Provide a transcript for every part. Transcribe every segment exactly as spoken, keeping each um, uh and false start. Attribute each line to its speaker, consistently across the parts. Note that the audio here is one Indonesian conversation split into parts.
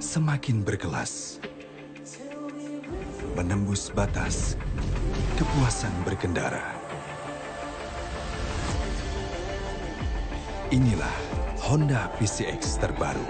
Speaker 1: semakin berkelas. Menembus batas kepuasan berkendara. Inilah Honda P C X terbaru.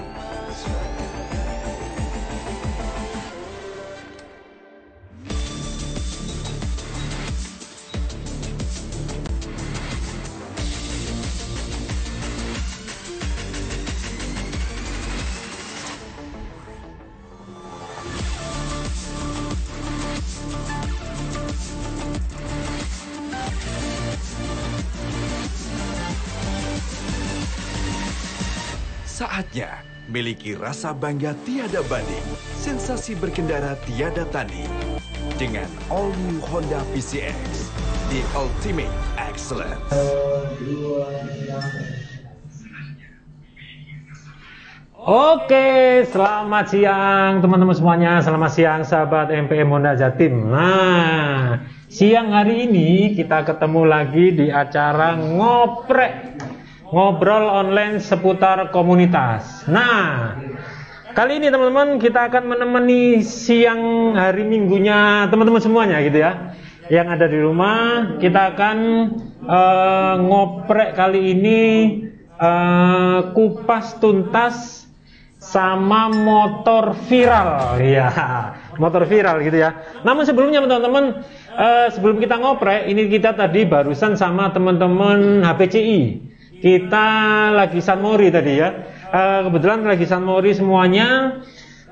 Speaker 1: Saatnya miliki rasa bangga tiada banding, sensasi berkendara tiada tanding. Dengan all new Honda P C X, the ultimate excellence.
Speaker 2: Oke, selamat siang teman-teman semuanya. Selamat siang sahabat M P M Honda Jatim. Nah, siang hari ini kita ketemu lagi di acara ngoprek. Ngobrol online seputar komunitas. Nah, kali ini teman-teman kita akan menemani siang hari minggunya teman-teman semuanya gitu ya. Yang ada di rumah, kita akan uh, ngoprek kali ini uh, kupas tuntas sama motor viral. Ya, motor viral gitu ya. Namun sebelumnya teman-teman, uh, sebelum kita ngoprek, ini kita tadi barusan sama teman-teman H P C I. Kita lagi sunmori tadi ya, uh, kebetulan lagi sunmori semuanya.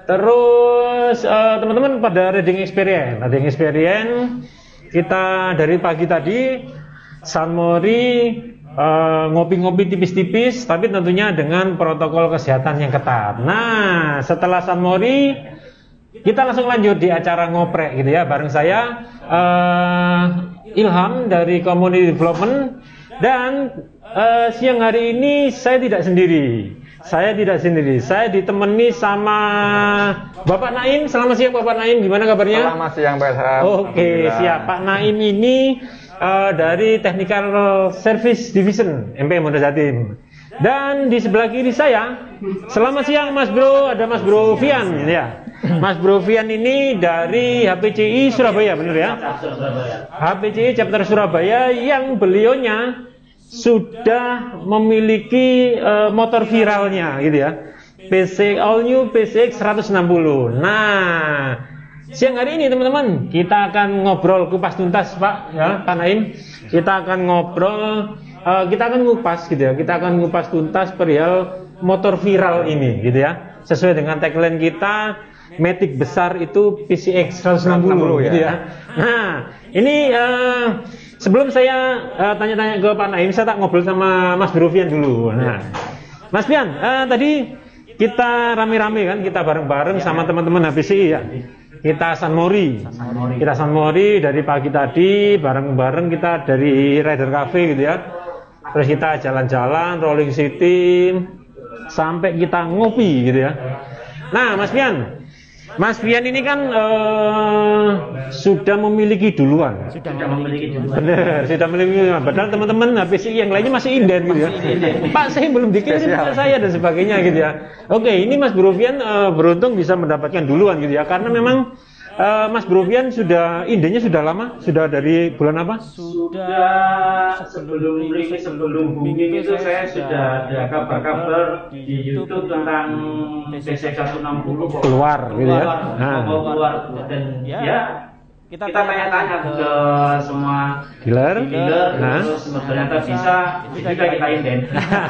Speaker 2: Terus uh, teman-teman pada riding experience, riding experience kita dari pagi tadi sunmori, uh, ngopi-ngopi tipis-tipis, tapi tentunya dengan protokol kesehatan yang ketat. Nah, setelah sunmori kita langsung lanjut di acara ngoprek gitu ya, bareng saya uh, Ilham dari Community Development. Dan uh, siang hari ini saya tidak sendiri. Saya tidak sendiri. Saya ditemani sama Bapak Naim. Selamat siang Bapak Naim. Gimana kabarnya?
Speaker 3: Selamat siang Pak Ilham.
Speaker 2: Oke, siap. Pak Naim ini uh, dari Technical Service Division M P M Honda Jatim. Dan di sebelah kiri saya, selamat siang Mas Bro. Ada Mas Bro Vian ya. Mas Bro Vian ini dari H P C I Surabaya, benar ya? H P C I Chapter Surabaya, yang beliaunya sudah memiliki uh, motor viralnya gitu ya, P C all new P C X seratus enam puluh. Nah, siang hari ini teman-teman kita akan ngobrol kupas tuntas Pak ya, Pak Naim. Kita akan ngobrol, uh, kita akan ngupas gitu ya, kita akan ngupas tuntas perihal motor viral ini gitu ya, sesuai dengan tagline kita, Matic besar itu P C X seratus enam puluh gitu ya. Nah, ini uh, sebelum saya uh, tanya-tanya ke Pak Naim, saya tak ngobrol sama Mas Bro Vian dulu. Nah, Mas Vian, uh, tadi kita rame-rame kan, kita bareng-bareng sama teman-teman H P C I ya. Kita sunmori, kita sunmori dari pagi tadi, bareng-bareng kita dari Rider Cafe gitu ya. Terus kita jalan-jalan, rolling city, sampai kita ngopi gitu ya. Nah, Mas Vian, Mas Vian ini kan uh, sudah memiliki duluan.
Speaker 4: Sudah memiliki duluan.
Speaker 2: Benar, sudah memiliki duluan. Padahal teman-teman H P C I yang lainnya masih inden gitu ya. Pak, saya belum dikirim ke saya dan sebagainya gitu ya. Oke, ini Mas Bro Vian uh, beruntung bisa mendapatkan duluan gitu ya. Karena memang uh, Mas Bro Vian sudah indennya sudah lama, sudah dari bulan apa?
Speaker 4: Sudah sebelum ini, sebelum booming itu saya sudah ada kabar-kabar di YouTube tentang P C X seratus enam puluh
Speaker 2: keluar gitu ya.
Speaker 4: Nah, keluar dan ya kita tanya-tanya ke semua
Speaker 2: dealer,
Speaker 4: dealer
Speaker 2: nah,
Speaker 4: terus ternyata bisa, itu juga kita inden.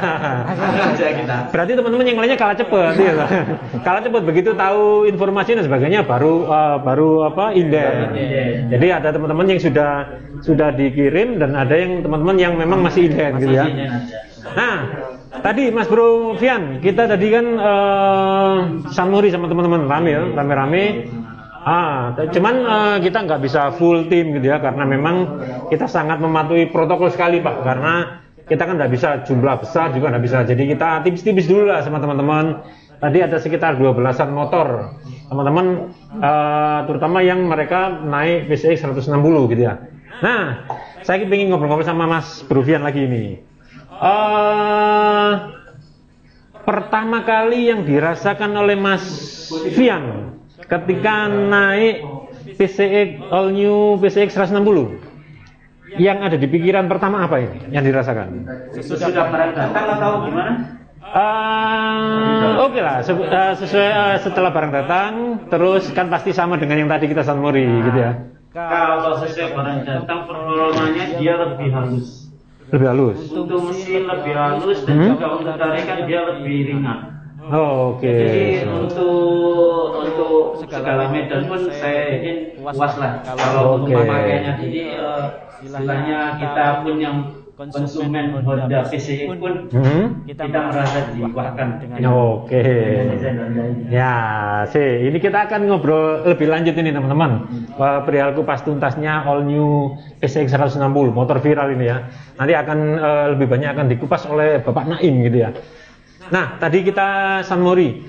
Speaker 4: kita.
Speaker 2: Berarti teman-teman yang lainnya kalah cepet, gitu. Kalah cepet begitu tahu informasi dan sebagainya baru uh, baru apa inden. Jadi ada teman-teman yang sudah sudah dikirim dan ada yang teman-teman yang memang masih inden gitu ya. Nah, tadi Mas Bro Vian, kita tadi kan uh, sunmori sama teman-teman rame ya, rame-rame. Ah, cuman uh, kita nggak bisa full tim gitu ya, karena memang kita sangat mematuhi protokol sekali Pak, karena kita kan nggak bisa jumlah besar juga nggak bisa, jadi kita tipis-tipis dulu lah sama teman-teman. Tadi ada sekitar dua belasan motor teman-teman, uh, terutama yang mereka naik P C X seratus enam puluh gitu ya. Nah, saya ingin ngobrol-ngobrol sama Mas Bro Vian lagi ini. Uh, pertama kali yang dirasakan oleh Mas Fian ketika naik P C X All New P C X seratus enam puluh? Yang ada di pikiran pertama apa ini yang dirasakan?
Speaker 4: Sudah barang datang atau gimana?
Speaker 2: Uh, Oke okay lah, se uh, sesuai uh, setelah barang datang, terus kan pasti sama dengan yang tadi kita sunmori nah, gitu ya.
Speaker 4: Kalau sesuai barang datang, performanya dia lebih halus.
Speaker 2: Lebih halus.
Speaker 4: Untuk mesin lebih halus dan hmm? juga untuk tarikan dia lebih ringan.
Speaker 2: Oh, oke. Okay.
Speaker 4: Jadi untuk untuk segala medan pun saya ingin puas lah kalau okay. untuk pemakaiannya. Jadi uh, istilahnya kita pun yang konsumen Honda P C X pun hmm? kita merasa diwakilkan dengan
Speaker 2: oke okay. Ya sih, ini kita akan ngobrol lebih lanjut ini teman-teman hmm. perihal kupas tuntasnya All New P C X seratus enam puluh motor viral ini ya. Nanti akan uh, lebih banyak akan dikupas oleh Bapak Naim gitu ya. Nah tadi kita sunmori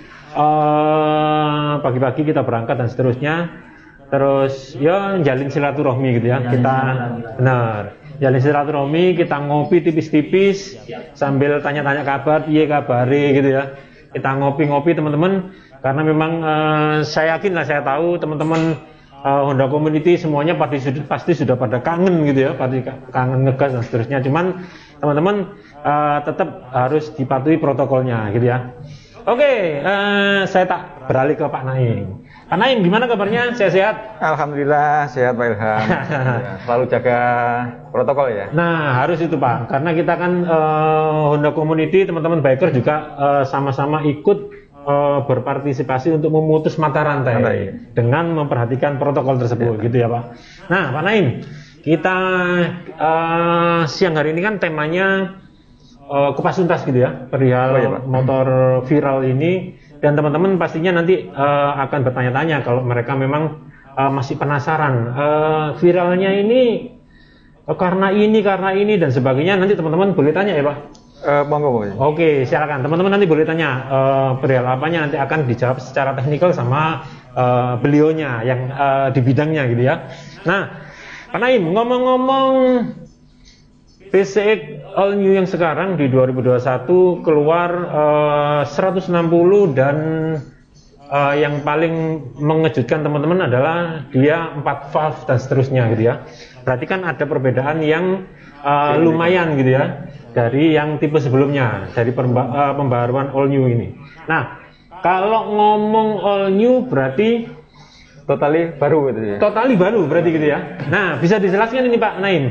Speaker 2: uh, pagi-pagi kita berangkat dan seterusnya, terus ya jalin silaturahmi gitu ya. Kita benar jalin silaturahmi, kita ngopi tipis-tipis sambil tanya-tanya kabar, iya kabari gitu ya. Kita ngopi-ngopi teman-teman, karena memang uh, saya yakin lah, saya tahu teman-teman uh, Honda Community semuanya pasti sudah pasti sudah pada kangen gitu ya, pasti kangen ngegas dan seterusnya. Cuman teman-teman uh, tetap harus dipatuhi protokolnya gitu ya. Oke, okay, uh, saya tak beralih ke Pak Naim. Pak Naim, gimana kabarnya? Sehat-sehat?
Speaker 3: Alhamdulillah, sehat Pak Ilham. Ya, selalu jaga protokol ya.
Speaker 2: Nah, harus itu Pak, karena kita kan uh, Honda Community, teman-teman biker juga uh, sama-sama ikut uh, berpartisipasi untuk memutus mata rantai Rantai. dengan memperhatikan protokol tersebut, ya, gitu ya Pak. Nah, Pak Naim, kita uh, siang hari ini kan temanya uh, kupas tuntas gitu ya, perihal oh, ya, Pak. motor viral ini. Dan teman-teman pastinya nanti uh, akan bertanya-tanya kalau mereka memang uh, masih penasaran uh, viralnya ini uh, karena ini, karena ini dan sebagainya. Nanti teman-teman boleh tanya ya Pak?
Speaker 3: Uh, monggo, monggo.
Speaker 2: Oke, silakan teman-teman nanti boleh tanya uh, perihal apanya, nanti akan dijawab secara teknikal sama uh, beliaunya yang uh, di bidangnya gitu ya. Nah, Pak Naim, ngomong-ngomong P C X All New yang sekarang di dua ribu dua puluh satu keluar uh, seratus enam puluh dan uh, yang paling mengejutkan teman-teman adalah dia empat valve dan seterusnya gitu ya. Berarti kan ada perbedaan yang uh, lumayan gitu ya dari yang tipe sebelumnya, dari uh, pembaharuan All New ini. Nah, kalau ngomong All New berarti
Speaker 3: totali baru gitu ya.
Speaker 2: Totali baru berarti gitu ya. Nah, bisa dijelaskan ini Pak Naim.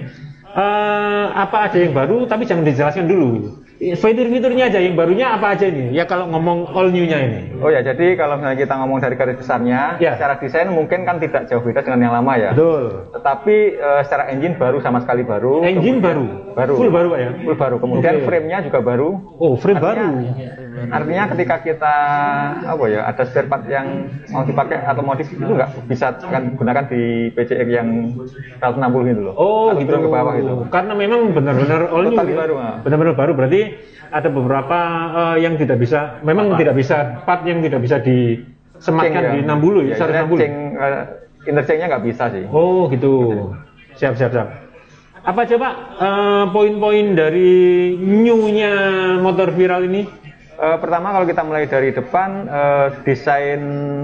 Speaker 2: Uh, apa aja yang baru, tapi jangan dijelaskan dulu fitur-fiturnya aja, yang barunya apa aja ini ya kalau ngomong all new-nya ini.
Speaker 3: Oh ya, jadi kalau misalnya kita ngomong dari garis besarnya ya, secara desain mungkin kan tidak jauh beda dengan yang lama ya.
Speaker 2: Betul.
Speaker 3: Tetapi uh, secara engine baru, sama sekali baru.
Speaker 2: Engine baru?
Speaker 3: Baru.
Speaker 2: Full baru Pak ya?
Speaker 3: Full baru, kemudian okay. frame-nya juga baru.
Speaker 2: Oh, frame
Speaker 3: artinya,
Speaker 2: baru.
Speaker 3: Artinya ketika kita apa ya, ada spare part yang mau dipakai atau modif itu nggak bisa kan gunakan di P C X yang seratus enam puluh gitu loh.
Speaker 2: Oh gitu.
Speaker 3: Ke bawah gitu.
Speaker 2: Karena memang benar-benar all new ya?
Speaker 3: baru.
Speaker 2: Benar-benar baru, berarti ada beberapa uh, yang tidak bisa, memang apa? tidak bisa, part yang tidak bisa disematkan ya. di enam puluh ya, seratus enam puluh.
Speaker 3: Ceng, uh, interchange-nya nggak bisa sih.
Speaker 2: Oh gitu. Siap, siap, siap. Apa coba uh, poin-poin dari new-nya motor viral ini?
Speaker 3: Uh, pertama kalau kita mulai dari depan, uh, desain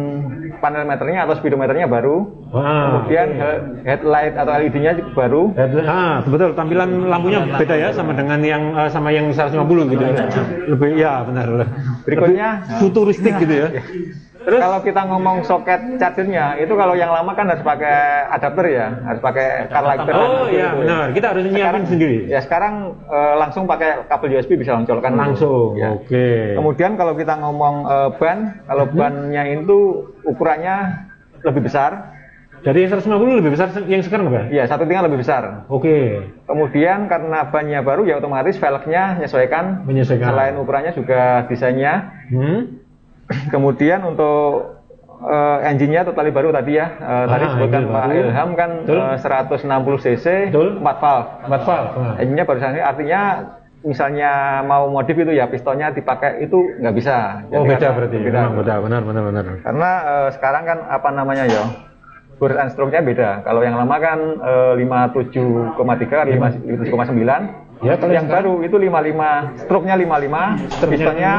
Speaker 3: panel meternya atau speedometernya baru. Wow, kemudian okay. headlight atau L E D-nya juga baru.
Speaker 2: Headlight, ah betul, tampilan lampunya beda ya sama dengan yang uh, sama yang seratus lima puluh gitu ya. Lebih ya benar.
Speaker 3: Berikutnya
Speaker 2: lebih futuristik gitu ya.
Speaker 3: Terus kalau kita ngomong soket chargernya, itu kalau yang lama kan harus pakai adapter ya, harus pakai car lighter.
Speaker 2: Oh iya benar, kita harus nyiapin sendiri.
Speaker 3: Ya sekarang uh, langsung pakai kabel U S B bisa loncolkan
Speaker 2: langsung. Ya. Oke. Okay.
Speaker 3: Kemudian kalau kita ngomong uh, ban, kalau hmm. bannya itu ukurannya lebih besar.
Speaker 2: Dari yang seratus lima puluh lebih besar yang sekarang Pak?
Speaker 3: Iya, satu tingkat lebih besar.
Speaker 2: Oke. Okay.
Speaker 3: Kemudian karena bannya baru ya otomatis velgnya menyesuaikan.
Speaker 2: Menyesuaikan.
Speaker 3: Selain ukurannya juga desainnya. Hmm. Kemudian untuk uh, engine-nya totali baru tadi ya. Uh, ah, tadi sebutkan Pak Ilham kan uh, seratus enam puluh cc, empat valve.
Speaker 2: empat valve. Ah.
Speaker 3: Engine-nya baru saja, artinya misalnya mau modif itu ya pistonnya dipakai itu nggak bisa.
Speaker 2: Jadi oh beda berarti. Beda, beda, benar, benar, benar.
Speaker 3: Karena uh, sekarang kan apa namanya ya? Burst and stroke-nya beda. Kalau yang lama kan uh, lima puluh tujuh koma tiga, lima puluh tujuh koma sembilan. Ya, kalau yang sekarang baru itu lima puluh lima, stroke-nya lima puluh lima, pistonnya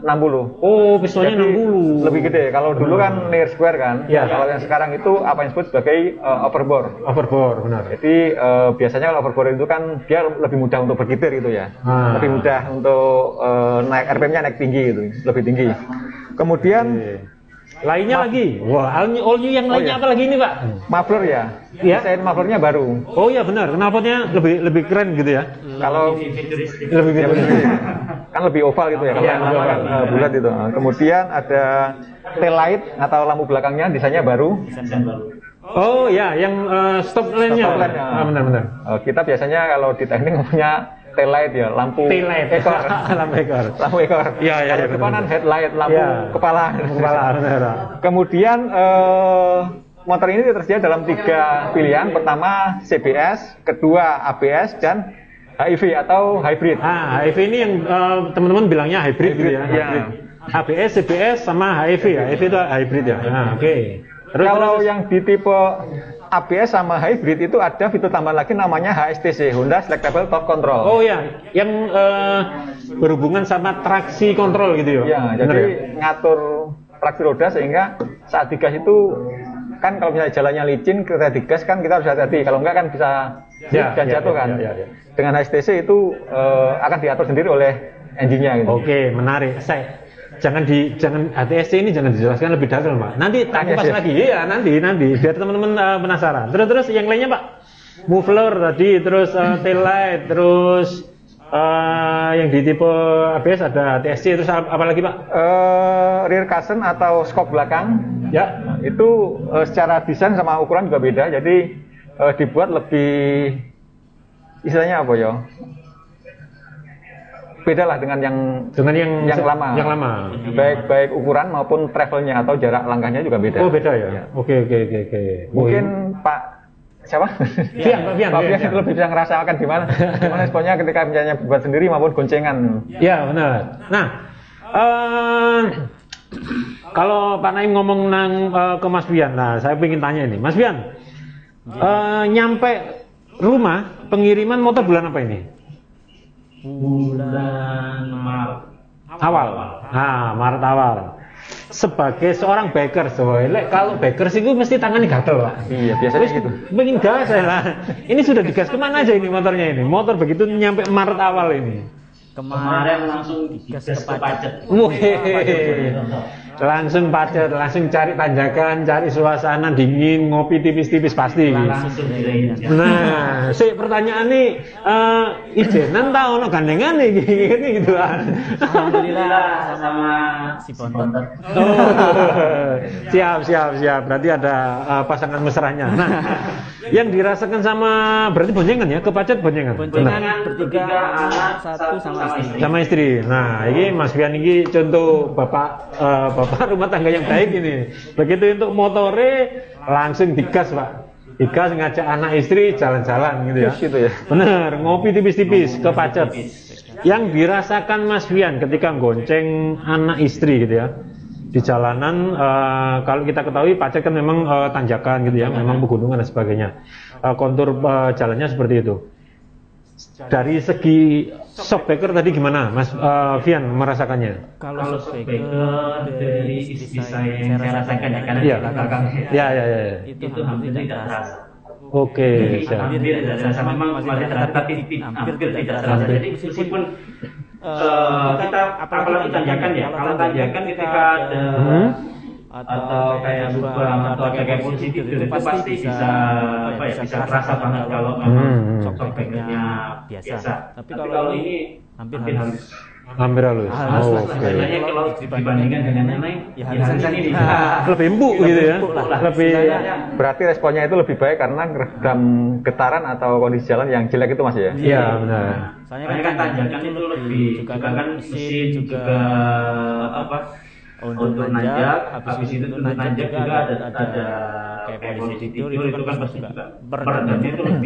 Speaker 3: enam puluh.
Speaker 2: Oh, pistonnya enam puluh.
Speaker 3: Lebih gede. Kalau dulu kan near square kan.
Speaker 2: Ya.
Speaker 3: Kalau yang sekarang itu apa yang disebut sebagai uh, overbore.
Speaker 2: Overbore, benar.
Speaker 3: Jadi uh, biasanya kalau overbore itu kan dia lebih mudah untuk bergitir gitu ya. Ah. Lebih mudah untuk uh, naik R P M-nya naik tinggi gitu, lebih tinggi. Kemudian
Speaker 2: Oke. Lainnya Ma lagi, wah, all new, all new yang
Speaker 3: oh
Speaker 2: lainnya
Speaker 3: iya.
Speaker 2: apa lagi ini Pak?
Speaker 3: Muffler ya,
Speaker 2: ya?
Speaker 3: Desain mufflernya baru.
Speaker 2: Oh iya benar, knalpotnya lebih lebih keren gitu ya?
Speaker 3: Kalau lebih futuristik, kan lebih oval gitu ya, kalau yang lama kan uh, bulat itu. Kemudian ada tail light atau lampu belakangnya desainnya baru.
Speaker 2: Oh ya, yang uh, stop lamp-nya.
Speaker 3: Stop lamp-nya.
Speaker 2: Ah, benar-benar.
Speaker 3: Uh, kita biasanya kalau di teknik ngomongnya tail light ya, lampu
Speaker 2: tail light.
Speaker 3: ekor,
Speaker 2: lampu ekor,
Speaker 3: lampu ekor.
Speaker 2: Iya iya.
Speaker 3: Kalau depanan headlight, lampu ya. kepala.
Speaker 2: Kepala. Benar.
Speaker 3: Kemudian uh, motor ini tersedia dalam tiga pilihan. Pertama C B S, kedua A B S dan H I V atau hybrid.
Speaker 2: Ah, H I V ini yang uh, teman-teman bilangnya hybrid, hybrid gitu ya.
Speaker 3: ya.
Speaker 2: A B S, C B S sama H I V ya. H I V itu hybrid ya. Nah, oke. Okay.
Speaker 3: Terus, kalau terus, yang di tipe A B S sama hybrid itu ada fitur tambahan lagi namanya H S T C, Honda Selectable Torque Control.
Speaker 2: Oh ya, yang uh, berhubungan sama traksi kontrol gitu ya.
Speaker 3: Ya, jadi ya? ngatur traksi roda sehingga saat digas itu kan kalau misalnya jalannya licin ketika digas kan kita harus hati-hati, kalau enggak kan bisa ya, dan ya, jatuh ya, kan. Ya, ya, ya. Dengan H S T C itu uh, akan diatur sendiri oleh engine-nya gitu.
Speaker 2: Oke, menarik. Saya jangan di jangan H T S C ini jangan dijelaskan lebih dalam Pak. Nanti tak kupas lagi. Iya, nanti nanti biar teman-teman uh, penasaran. Terus terus yang lainnya Pak. Muffler tadi, terus uh, tail light, terus uh, yang di tipe A B S ada H T S C, terus apa lagi Pak?
Speaker 3: Uh, rear cushion atau skop belakang. Ya, itu uh, secara desain sama ukuran juga beda. Jadi uh, dibuat lebih istilahnya apa ya? Beda lah dengan yang
Speaker 2: dengan yang
Speaker 3: yang lama.
Speaker 2: Yang lama.
Speaker 3: Baik baik ukuran maupun travelnya atau jarak langkahnya juga beda.
Speaker 2: Oh beda ya. ya. Oke oke oke oke.
Speaker 3: Mungkin oh, Pak siapa?
Speaker 2: Fian, Pak Fian.
Speaker 3: Pak Fian itu lebih bisa ngerasakan gimana gimana responnya ketika misalnya buat sendiri maupun goncengan.
Speaker 2: Iya benar. Nah, uh, kalau Pak Naim ngomong nang uh, ke Mas Fian, nah saya ingin tanya ini, Mas Fian, uh, nyampe rumah pengiriman motor bulan apa ini?
Speaker 4: Bulan Maret
Speaker 2: awal. Nah, Maret awal. Sebagai seorang biker, soalnya kalau biker sih gue mesti tangannya gatel Pak.
Speaker 3: Iya, biasanya gitu.
Speaker 2: Pengen gas saya lah. Ini sudah digas kemana aja ini motornya ini? Motor begitu nyampe Maret awal ini.
Speaker 4: Kemarin langsung digas ke Pacet.
Speaker 2: Wih. Langsung Pacet, langsung cari tanjakan, cari suasana dingin, ngopi tipis-tipis pasti.
Speaker 4: Langsung
Speaker 2: nah, si pertanyaan nih, uh, ijenan tau no gandengan nih gini gitu kan.
Speaker 4: Alhamdulillah sama si Bontot.
Speaker 2: Oh, siap, siap, siap. Berarti ada uh, pasangan mesranya. Nah, yang dirasakan sama berarti boncengan ya, ke Pacet boncengan.
Speaker 4: Boncengan bertiga, anak satu sama istri.
Speaker 2: Sama istri. Nah, ini Mas Fian ini contoh bapak uh, bapak rumah tangga yang baik ini. Begitu untuk motore langsung digas Pak. Digas ngajak anak istri jalan-jalan gitu ya.
Speaker 3: Gitu ya.
Speaker 2: Bener, ngopi tipis-tipis ke Pacet. Yang dirasakan Mas Fian ketika gonceng anak istri gitu ya. Di jalanan uh, kalau kita ketahui Pacet kan memang uh, tanjakan gitu ya, memang pegunungan dan sebagainya. Uh, kontur uh, jalannya seperti itu. Dari segi shockbreaker tadi gimana, Mas uh, Fian merasakannya?
Speaker 4: Kalau shockbreaker dari sisi saya rasakan ya, karena
Speaker 2: ya,
Speaker 4: di belakang
Speaker 2: ya, ya, ya, ya.
Speaker 4: itu hampir tidak terasa.
Speaker 2: Oke, siap.
Speaker 4: Hampir tidak terasa, memang masih terasa, tapi hampir tidak terasa. Jadi meskipun uh, kita apalagi tanjakan ya, kalau tanjakan ketika ada hmm? atau kayak lubang atau kayak posisi itu pasti bisa apa ya bisa terasa banget kalau memang shockbreakernya biasa. Tapi kalau ini hampir halus.
Speaker 2: Hampir halus.
Speaker 4: Oh, oke. Sebenarnya kalau dibandingkan dengan yang lain, ya halusan ini
Speaker 2: lebih empuk gitu ya. Lebih
Speaker 3: berarti responnya itu lebih baik karena meredam getaran atau kondisi jalan yang jelek itu Mas ya?
Speaker 2: Iya, benar.
Speaker 4: Soalnya kan tanjakan itu lebih juga kan mesin juga apa untuk nanjak, habis itu untuk nanjak juga ada ada kayak posisi tidur itu kan pasti juga beratnya itu lebih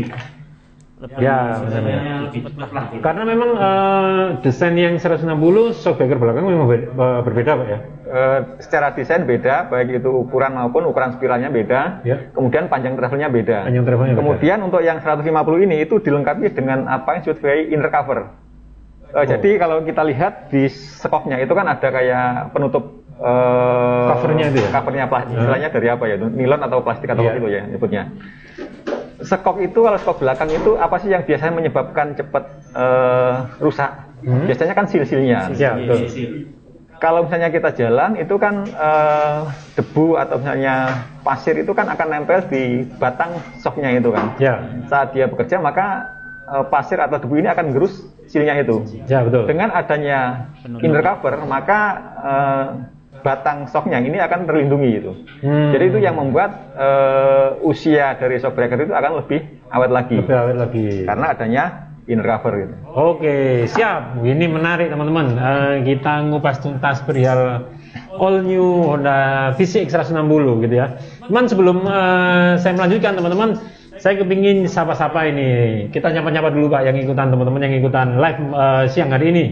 Speaker 2: ya benar. Karena memang uh, desain yang seratus enam puluh shockbreaker belakang memang be uh, berbeda Pak ya.
Speaker 3: Uh, secara desain beda, baik itu ukuran maupun ukuran spiralnya beda. Ya. Kemudian panjang travelnya beda.
Speaker 2: Panjang travelnya
Speaker 3: Kemudian beda. Untuk yang seratus lima puluh ini itu dilengkapi dengan apa yang disebut sebagai inner cover. Uh, oh. Jadi kalau kita lihat di skoknya itu kan ada kayak penutup uh,
Speaker 2: covernya itu ya?
Speaker 3: Covernya plastik, uh. istilahnya dari apa ya? Nilon atau plastik atau yeah. gitu ya nyebutnya. Skok itu kalau skok belakang itu apa sih yang biasanya menyebabkan cepat uh, rusak? Hmm? Biasanya kan sil-silnya.
Speaker 2: Ya, betul.
Speaker 3: Kalau misalnya kita jalan itu kan uh, debu atau misalnya pasir itu kan akan nempel di batang skoknya itu kan.
Speaker 2: Ya.
Speaker 3: Saat dia bekerja maka uh, pasir atau debu ini akan gerus silnya itu.
Speaker 2: Ya, betul.
Speaker 3: Dengan adanya inner cover maka uh, batang shocknya ini akan terlindungi itu. Hmm. Jadi itu yang membuat uh, usia dari shock breaker itu akan lebih awet lagi.
Speaker 2: Lebih awet lagi.
Speaker 3: Karena adanya inner cover gitu.
Speaker 2: Oke, siap. Ini menarik teman-teman. Uh, kita ngupas tuntas perihal all new Honda V C X seratus enam puluh gitu ya. Cuman sebelum uh, saya melanjutkan teman-teman, saya kepingin sapa-sapa ini. Kita nyapa-nyapa dulu Pak yang ikutan teman-teman yang ikutan live uh, siang hari ini.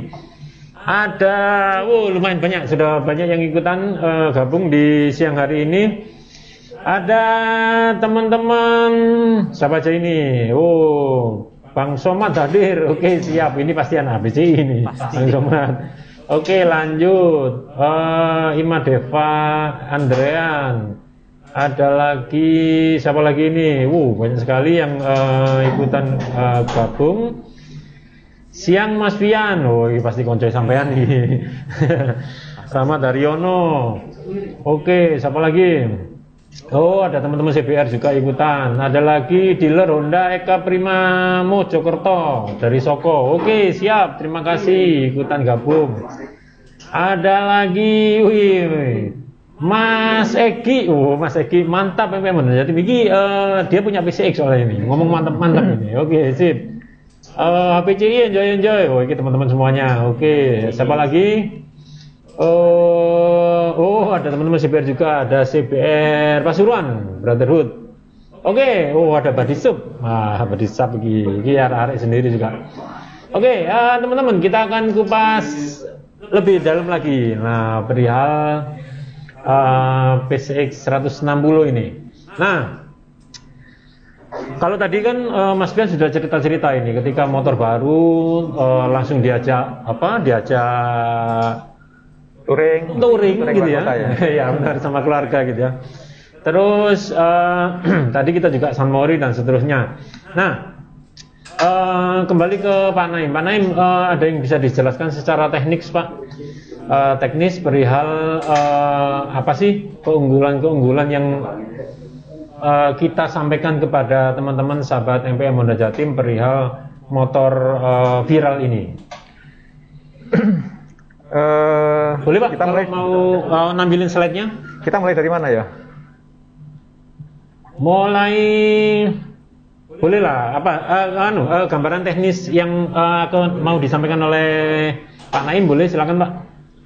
Speaker 2: Ada, oh lumayan banyak, sudah banyak yang ikutan uh, gabung di siang hari ini. Ada teman-teman, siapa aja ini? Oh, Bang Somad hadir. Oke, siap. Ini pasti anak A B C ini, Bang Somad. Oke, lanjut. Uh, Ima Deva, Andrean. Ada lagi, siapa lagi ini? Uh, banyak sekali yang uh, ikutan uh, gabung. Siang Mas Pian, oh ini pasti koncoy sampean nih. Sama Daryono. Oke, siapa lagi? Oh, ada teman-teman C B R juga ikutan. Ada lagi dealer Honda Eka Prima Mojokerto dari Soko. Oke, siap. Terima kasih ikutan gabung. Ada lagi, wih, Mas Eki. Oh, Mas Eki mantap M P M. Jadi Miki uh, dia punya P C X soalnya ini. Ngomong mantap-mantap ini. Oke, sip. Uh, H P C I enjoy enjoy. Oh, ini teman-teman semuanya. Oke, siapa lagi? Uh, oh, ada teman-teman C B R juga. Ada C B R Pasuruan Brotherhood. Oke, oh ada Badisub. Ah, Badisub begini. Ini arek sendiri juga. Oke, uh, teman-teman kita akan kupas lebih dalam lagi. Nah, perihal uh, P C X seratus enam puluh ini. Nah, kalau tadi kan uh, Mas Pian sudah cerita-cerita ini ketika motor baru uh, langsung diajak apa diajak
Speaker 3: touring
Speaker 2: touring, touring gitu ya. ya ya benar sama keluarga gitu ya. Terus uh, tadi kita juga San Mori dan seterusnya. Nah, uh, kembali ke Pak Naim. Pak Naim, uh, ada yang bisa dijelaskan secara teknis Pak, uh, teknis perihal uh, apa sih keunggulan-keunggulan yang Uh, kita sampaikan kepada teman-teman sahabat M P M Honda Jatim perihal motor uh, viral ini. uh, Boleh Pak, kita mulai, mau uh, nampilin slide-nya?
Speaker 3: Kita mulai dari mana ya?
Speaker 2: Mulai, boleh lah. Apa? Uh, anu, uh, gambaran teknis yang uh, akan mau disampaikan oleh Pak Naim, boleh? Silakan Pak.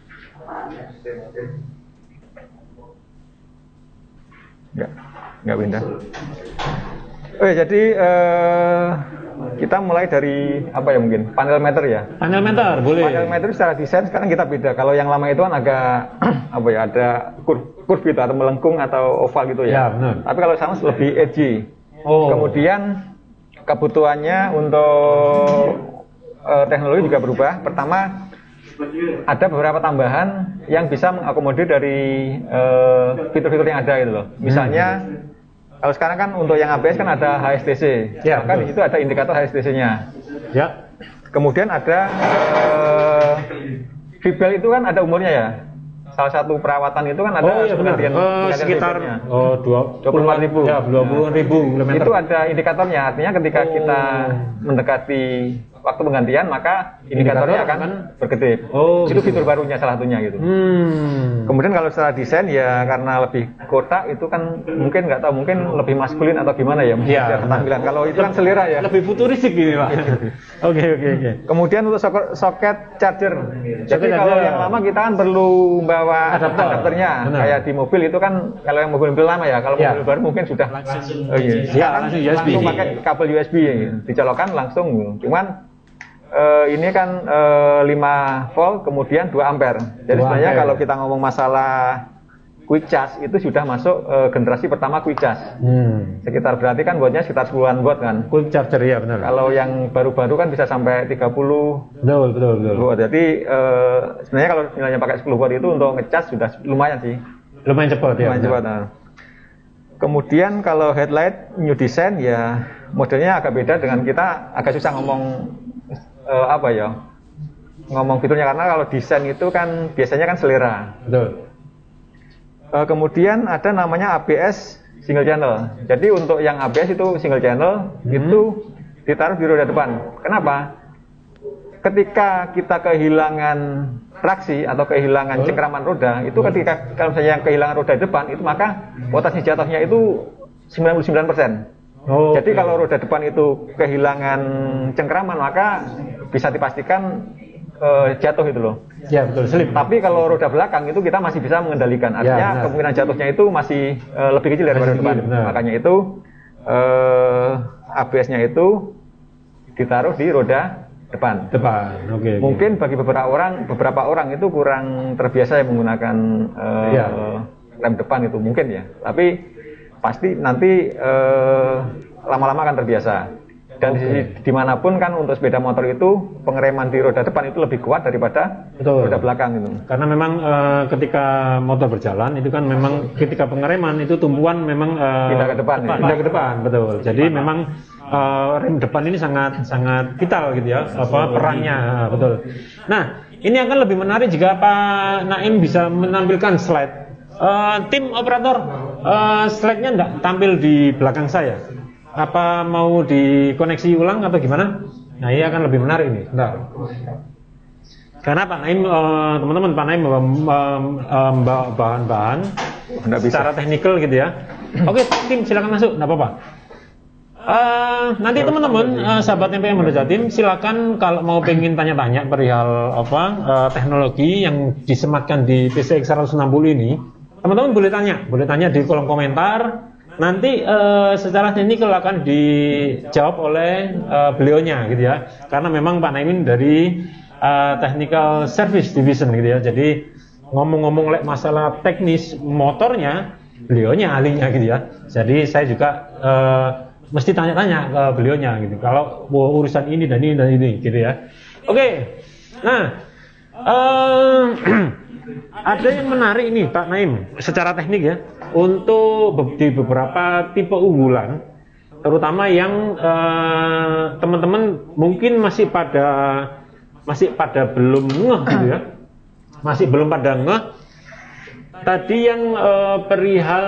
Speaker 3: Enggak. Nggak pindah. Oh ya, jadi uh, kita mulai dari apa ya mungkin panel meter ya.
Speaker 2: Panel meter boleh.
Speaker 3: Panel meter secara desain sekarang kita beda. Kalau yang lama itu kan agak apa ya ada kur kurv gitu atau melengkung atau oval gitu ya.
Speaker 2: Ya benar.
Speaker 3: Tapi kalau sama lebih edgy.
Speaker 2: Oh.
Speaker 3: Kemudian kebutuhannya untuk uh, teknologi juga berubah. Pertama ada beberapa tambahan yang bisa mengakomodir dari fitur-fitur uh, yang ada gitu loh. Misalnya hmm. kalau sekarang kan untuk yang A B S kan ada H S T C, ya, maka di situ ada indikator H S T C-nya.
Speaker 2: Ya.
Speaker 3: Kemudian ada uh, V-belt itu kan ada umurnya ya. Salah satu perawatan itu kan ada
Speaker 2: oh, iya,
Speaker 3: penggantian,
Speaker 2: uh, sekitar oh dua puluh empat ribu. Ya, dua puluh ribu kilometer.
Speaker 3: Itu ada indikatornya. Artinya ketika oh. kita mendekati waktu penggantian maka indikatornya Indikator akan berkedip. Oh, itu fitur barunya salah satunya gitu. Hmm. Kemudian kalau secara desain ya karena lebih kotak itu kan mungkin nggak tahu mungkin lebih maskulin atau gimana ya mungkin ya, tampilan. Kalau itu kan selera ya.
Speaker 2: Lebih futuristik ini Pak. Oke oke oke.
Speaker 3: Kemudian untuk soket, soket charger. Jadi kalau yang lama kita kan perlu bawa Adapter. adapternya. Benar. Kayak di mobil itu kan kalau yang mobil-mobil lama ya, kalau ya. mobil baru mungkin sudah langsung. Oh, iya. Ya, langsung U S B. Langsung pakai kabel U S B ya. Dicolokkan langsung. Cuman Uh, ini kan uh, lima volt kemudian dua ampere. Jadi sebenarnya kalau kita ngomong masalah quick charge itu sudah masuk uh, generasi pertama quick charge. Hmm. Sekitar berarti kan wattnya sekitar sepuluhan watt kan.
Speaker 2: Quick charger ya benar.
Speaker 3: Kalau yang baru-baru kan bisa sampai tiga puluh.
Speaker 2: Betul betul betul.
Speaker 3: Watt. Jadi uh, sebenarnya kalau nilainya pakai sepuluh watt itu untuk ngecas sudah lumayan sih.
Speaker 2: Lumayan cepat ya.
Speaker 3: Lumayan cepat. Nah. Kemudian kalau headlight new design ya modelnya agak beda dengan kita, agak susah ngomong uh, apa ya? Ngomong fiturnya karena kalau desain itu kan biasanya kan selera. Betul. Uh, kemudian ada namanya A B S single channel. Jadi untuk yang A B S itu single channel hmm. itu ditaruh di roda depan. Kenapa? Ketika kita kehilangan traksi atau kehilangan oh. cengkraman roda, itu ketika kalau misalnya yang kehilangan roda depan itu maka potensi jatuhnya itu sembilan puluh sembilan persen. Oh, jadi okay. kalau roda depan itu kehilangan cengkraman maka bisa dipastikan uh, jatuh itu loh.
Speaker 2: Ya betul, slip.
Speaker 3: Tapi kalau roda belakang itu kita masih bisa mengendalikan. Artinya ya, kemungkinan jatuhnya itu masih uh, lebih kecil daripada depan. Benar. Makanya itu uh, A B S-nya itu ditaruh di roda depan.
Speaker 2: Depan. Oke. Okay,
Speaker 3: Mungkin okay. bagi beberapa orang, beberapa orang itu kurang terbiasa yang menggunakan uh, ya. rem depan itu mungkin ya. Tapi pasti nanti uh, lama-lama akan terbiasa. Dan okay. di, dimanapun kan untuk sepeda motor itu pengereman di roda depan itu lebih kuat daripada Betul. roda belakang itu.
Speaker 2: Karena memang e, ketika motor berjalan itu kan memang ketika pengereman itu tumpuan memang e,
Speaker 3: pindah ke depan.
Speaker 2: depan
Speaker 3: ya.
Speaker 2: Pindah ke depan, betul. Jadi depan. memang e, rem depan ini sangat sangat vital gitu ya, apa perannya, betul. Nah, ini akan lebih menarik jika Pak Naim bisa menampilkan slide. E, tim operator e, slide-nya enggak tampil di belakang saya. Apa mau dikoneksi ulang atau gimana? Nah, ini akan lebih menarik nih. Bentar. Karena Pak Naim, uh, teman-teman, Pak Naim membawa bahan-bahan secara teknikal gitu ya. Oke, tim silakan masuk, nggak apa-apa. Uh, nanti teman-teman, uh, sahabat M P M Honda Jatim, silakan kalau mau pengen tanya-tanya perihal apa uh, teknologi yang disematkan di P C X seratus enam puluh ini, teman-teman boleh tanya, boleh tanya di kolom komentar. Nanti uh, secara teknikal akan dijawab oleh uh, beliaunya gitu ya. Karena memang Pak Naim dari uh, Technical Service Division gitu ya. Jadi ngomong-ngomong like masalah teknis motornya, beliaunya ahlinya gitu ya. Jadi saya juga uh, mesti tanya-tanya ke beliaunya gitu. Kalau oh, urusan ini dan ini dan ini gitu ya. Oke. Okay. Nah, uh, ada yang menarik ini Pak Naim secara teknik ya. Untuk di beberapa tipe unggulan, terutama yang eh, teman-teman mungkin masih pada masih pada belum ngeh gitu ya, masih belum pada ngeh. Tadi yang eh, perihal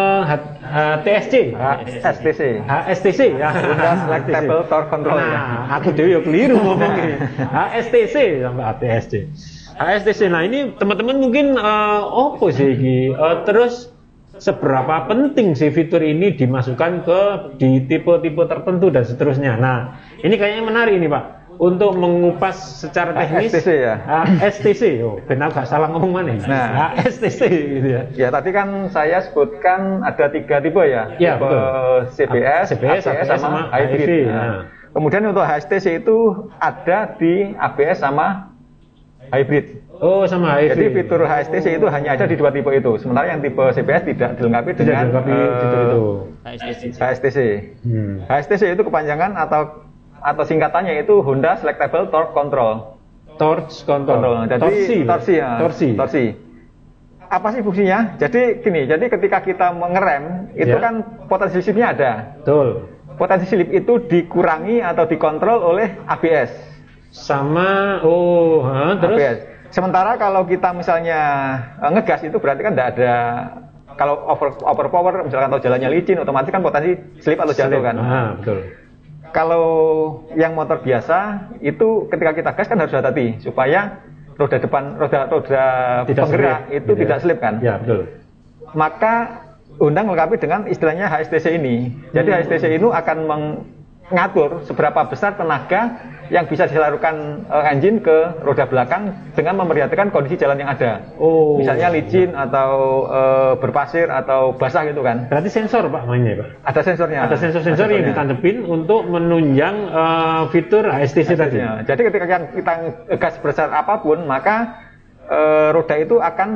Speaker 2: T S C,
Speaker 3: H S T C,
Speaker 2: H S T C ya,
Speaker 3: Honda Selectable Torque Control.
Speaker 2: Nah, aku dewi keliru ngomongnya. H S T C sampai T S C. H S T C. Nah ini teman-teman mungkin uh, opo sih ini? Uh, terus seberapa penting sih fitur ini dimasukkan ke di tipe-tipe tertentu dan seterusnya. Nah, ini kayaknya menarik ini Pak untuk mengupas secara teknis.
Speaker 3: H S T C ya.
Speaker 2: H S T C. Oh, benar nggak salah ngomong mana? Nah, H S T C gitu ya.
Speaker 3: Ya tadi kan saya sebutkan ada tiga tipe ya.
Speaker 2: Ya
Speaker 3: tipe
Speaker 2: betul.
Speaker 3: C B S,
Speaker 2: C B S,
Speaker 3: A B S sama, sama hybrid.
Speaker 2: hybrid.
Speaker 3: Nah.
Speaker 2: Nah.
Speaker 3: Kemudian untuk H S T C itu ada di A B S sama hybrid.
Speaker 2: Oh, sama hybrid.
Speaker 3: Jadi fitur H S T C itu hanya ada di dua tipe itu. Sementara yang tipe C B S tidak dilengkapi
Speaker 2: tidak
Speaker 3: dengan
Speaker 2: dilengkapi
Speaker 3: uh,
Speaker 2: fitur itu.
Speaker 3: H S T C. Hmm. H S T C itu kepanjangan atau atau singkatannya itu Honda Selectable Torque Control.
Speaker 2: Torque Control. Control.
Speaker 3: Jadi torsi, torsi ya. Torsi. Torsi. Apa sih fungsinya? Jadi gini, jadi ketika kita mengerem itu ya. Kan potensi slipnya ada.
Speaker 2: Betul.
Speaker 3: Potensi slip itu dikurangi atau dikontrol oleh A B S.
Speaker 2: Sama oh, huh, terus. A B S.
Speaker 3: Sementara kalau kita misalnya uh, ngegas itu berarti kan tidak ada, kalau over overpower misalkan atau jalannya licin otomatis kan potensi slip atau jatuh kan.
Speaker 2: Ah, betul.
Speaker 3: Kalau yang motor biasa itu ketika kita gas kan harus hati-hati supaya roda depan roda roda
Speaker 2: tidak
Speaker 3: penggerak
Speaker 2: slip,
Speaker 3: itu
Speaker 2: gitu
Speaker 3: tidak
Speaker 2: ya.
Speaker 3: slip kan.
Speaker 2: Ya, betul.
Speaker 3: Maka Honda melengkapi dengan istilahnya H S T C ini. Jadi hmm. H S T C ini akan mengatur seberapa besar tenaga yang bisa disalurkan uh, engine ke roda belakang dengan memperhatikan kondisi jalan yang ada.
Speaker 2: Oh.
Speaker 3: Misalnya licin atau uh, berpasir atau basah gitu kan.
Speaker 2: Berarti sensor Pak mainnya Pak?
Speaker 3: Ada sensornya.
Speaker 2: Ada sensor-sensor yang ditangkepin untuk menunjang uh, fitur H S T C tadi.
Speaker 3: Jadi ketika kita gas besar apapun maka uh, roda itu akan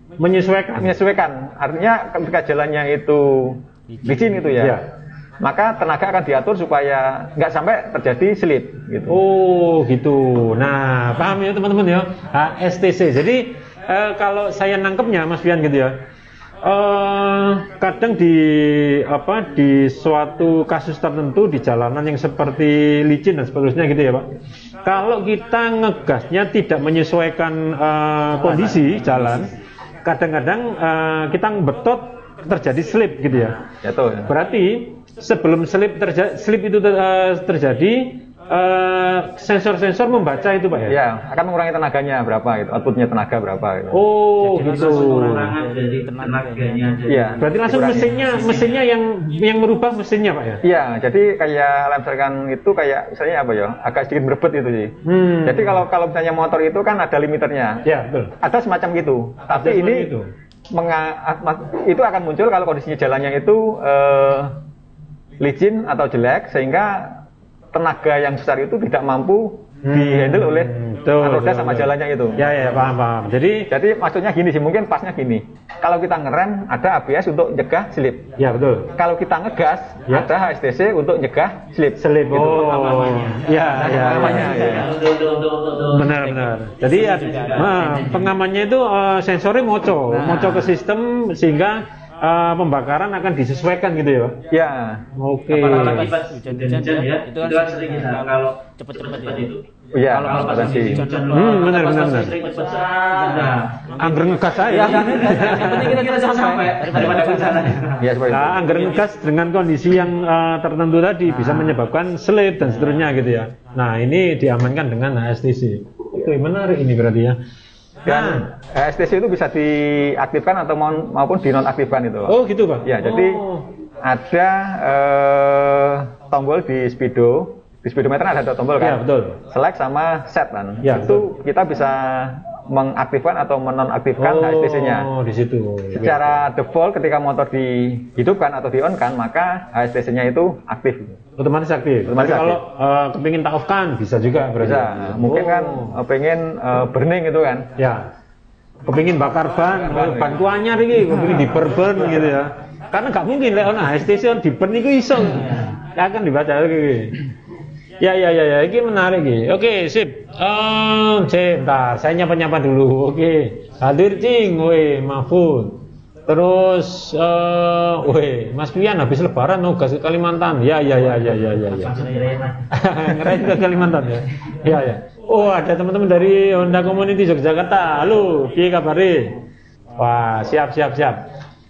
Speaker 2: menyesuaikan.
Speaker 3: Menyesuaikan. Artinya ketika jalannya itu licin itu ya, ya, maka tenaga akan diatur supaya nggak sampai terjadi slip gitu.
Speaker 2: Oh gitu. Nah paham ya teman-teman ya, H S T C. Jadi eh, kalau saya nangkepnya Mas Fian gitu ya, eh, kadang di apa di suatu kasus tertentu di jalanan yang seperti licin dan seterusnya gitu ya Pak, kalau kita ngegasnya tidak menyesuaikan eh, kondisi jalan, kadang-kadang uh, kita betot terjadi slip gitu ya.
Speaker 3: Jatuh. Ya.
Speaker 2: Berarti sebelum slip terjadi, slip itu ter, uh, terjadi, uh, sensor-sensor membaca itu Pak ya?
Speaker 3: Ya, akan mengurangi tenaganya berapa gitu, outputnya tenaga berapa gitu.
Speaker 2: Oh, jadi gitu.
Speaker 4: Pengurangan dari tenaganya.
Speaker 3: Iya.
Speaker 2: Berarti langsung mesinnya, mesinnya yang yang merubah mesinnya Pak ya?
Speaker 3: Iya, jadi kayak misalkan itu kayak misalnya apa ya, agak sedikit berebet itu sih. Hmm. Jadi kalau kalau misalnya motor itu kan ada limiternya.
Speaker 2: Ya, betul.
Speaker 3: Ada semacam gitu. Tapi
Speaker 2: ada
Speaker 3: ini
Speaker 2: itu.
Speaker 3: Menga, itu akan muncul kalau kondisinya jalannya itu uh, licin atau jelek sehingga tenaga yang besar itu tidak mampu hmm, dihandle oleh roda sama jalannya itu.
Speaker 2: Ya ya paham paham. Jadi
Speaker 3: jadi maksudnya gini sih, mungkin pasnya gini. Kalau kita ngerem ada A B S untuk nyegah slip.
Speaker 2: Ya betul.
Speaker 3: Kalau kita ngegas ya, ada H S T C untuk nyegah slip.
Speaker 2: Slip.
Speaker 3: Gitu.
Speaker 2: Oh. Ya ya.
Speaker 3: Namanya ya.
Speaker 2: Benar benar. Jadi ya, nah, pengamannya itu uh, sensornya moco, nah. moco ke sistem sehingga Uh, pembakaran akan disesuaikan gitu ya?
Speaker 3: Ya.
Speaker 2: Oke. Okay.
Speaker 4: Apalagi pas hujan-hujan ya, itu kan sering kita kalau cepet-cepet itu.
Speaker 3: Iya.
Speaker 4: Kalau pas hujan,
Speaker 2: hmm, benar benar benar.
Speaker 4: Nah,
Speaker 2: angger ngegas saya.
Speaker 4: Yang penting kita kita sampai daripada kesana.
Speaker 3: Ya seperti itu.
Speaker 2: Nah, angger ngegas dengan kondisi yang uh, tertentu tadi nah. bisa menyebabkan slip dan seterusnya gitu ya. Nah ini diamankan dengan H S T C. Oke, menarik ini berarti ya.
Speaker 3: Dan nah. H S T C itu bisa diaktifkan atau maupun dinonaktifkan itu.
Speaker 2: Oh gitu Pak?
Speaker 3: Ya, oh. jadi ada eh, tombol di speedo, di speedometer ada tombol kan?
Speaker 2: Ya betul.
Speaker 3: Select sama set kan?
Speaker 2: Ya,
Speaker 3: itu betul. Kita bisa mengaktifkan atau menonaktifkan
Speaker 2: oh,
Speaker 3: H S T C-nya.
Speaker 2: Oh di situ.
Speaker 3: Secara default ketika motor dihidupkan atau di-on-kan maka H S T C-nya itu aktif.
Speaker 2: Otomatis aktif.
Speaker 3: Otomatis
Speaker 2: Tapi kalau uh, kepingin tak off-kan bisa juga berarti.
Speaker 3: Bisa. Nah, mungkin oh. kan uh, pengen uh, burning gitu kan?
Speaker 2: Ya. Kepingin bakar ban, ban, ban kuahnya ini, kepingin diperburn gitu ya. Karena nggak mungkin lah, nah H S T C di burn itu iso. Akan dibaca lagi. Ya ya ya ya, ini menarik ini. Oke, sip. Um, bentar, saya nyapa-nyapa dulu. Oke. Hadir cing, weh, Mahfud. Terus uh, weh, Mas Pian habis lebaran nugas ke Kalimantan. Ya ya ya ya ya ya ya. Ngerai ke Kalimantan ya. Ya ya. Oh, ada teman-teman dari Honda Community Yogyakarta. Halo, piye kabare? Wah, siap siap siap.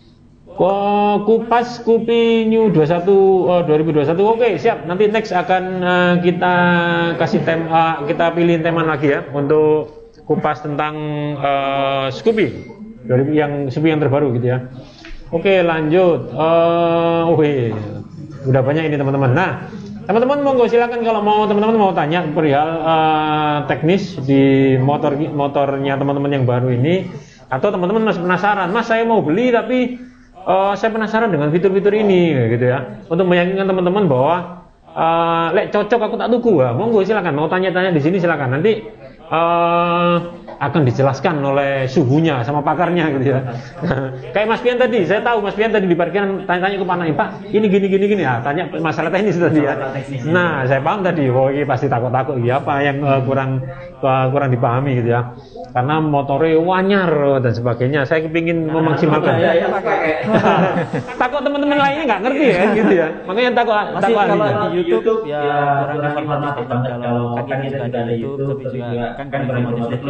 Speaker 2: Kok kupas Scoopy New dua puluh satu oh, dua ribu dua puluh satu. Oke, siap. Nanti next akan uh, kita kasih tema uh, kita pilih tema lagi ya untuk kupas tentang uh, Scoopy yang Scoopy yang terbaru gitu ya. Oke, lanjut. Uh, Oke. Udah banyak ini teman-teman. Nah, teman-teman monggo silakan kalau mau teman-teman mau tanya perihal uh, teknis di motor motornya teman-teman yang baru ini atau teman-teman masih penasaran, Mas saya mau beli tapi Uh, saya penasaran dengan fitur-fitur ini gitu ya. Untuk meyakinkan teman-teman bahwa uh, lek cocok aku tak tuku ya. Monggo silakan mau tanya-tanya di sini silakan. Nanti uh, akan dijelaskan oleh suhunya sama pakarnya gitu ya. Kayak Mas Pian tadi, saya tahu Mas Pian tadi di parkiran tanya-tanya ke Pak, Pak, ini gini gini gini ya, tanya masalah teknis tadi ya. Nah, saya paham tadi, oh ini pasti takut-takut ya apa yang uh, kurang uh, kurang dipahami gitu ya. Karena motornya wanyar dan sebagainya. Saya kepingin memaksimalkan.
Speaker 4: Ya, ya, pakai.
Speaker 2: Takut teman-teman lainnya nggak ngerti ya gitu ya. Makanya takut
Speaker 4: masih
Speaker 2: takut
Speaker 4: kalau
Speaker 2: ahlinya.
Speaker 4: di YouTube ya kurang informatif banget kalau kaki juga ada YouTube tapi juga kan kan informatif.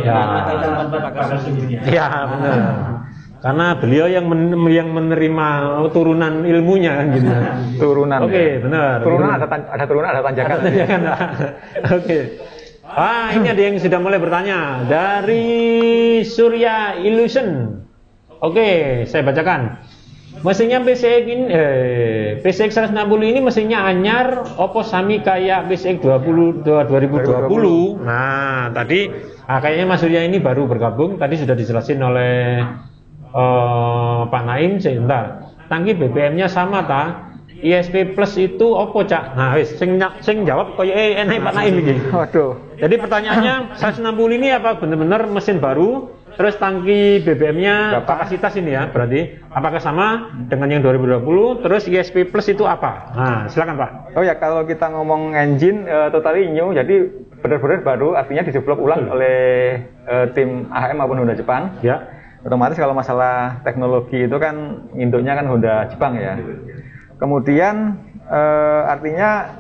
Speaker 2: Ya benar. Karena beliau yang men yang menerima turunan ilmunya kan gitu.
Speaker 3: Turunan.
Speaker 2: Oke, okay, ya. Benar.
Speaker 3: Turunan ada ada turunan ada tanjakan.
Speaker 2: Ada tanjakan. Oke. Okay. Ah, ini ada yang sudah mulai bertanya dari Surya Illusion. Oke, okay, saya bacakan. Mesinnya P C X ini eh, P C X seratus enam puluh ini mesinnya anyar, opo sami kayak P C X dua ribu dua puluh. Nah, tadi ah, kayaknya Mas Surya ini baru bergabung. Tadi sudah dijelasin oleh uh, Pak Naim sebentar. Tangki B B M-nya sama ta? I S P Plus itu opo cak? Nah, wis sing sing jawab koyo eh enak Pak Naim iki.
Speaker 3: Waduh.
Speaker 2: Jadi pertanyaannya seratus enam puluh ini apa benar-benar mesin baru, terus tangki B B M-nya kapasitas ini ya, berarti apakah sama dengan yang dua ribu dua puluh? Terus I S P Plus itu apa? Nah, silakan Pak.
Speaker 3: Oh ya, kalau kita ngomong engine uh, totally new, jadi benar-benar baru, artinya didevelop ulang hmm. oleh uh, tim A H M maupun Honda Jepang.
Speaker 2: Ya.
Speaker 3: Otomatis kalau masalah teknologi itu kan induknya kan Honda Jepang ya. Kemudian uh, artinya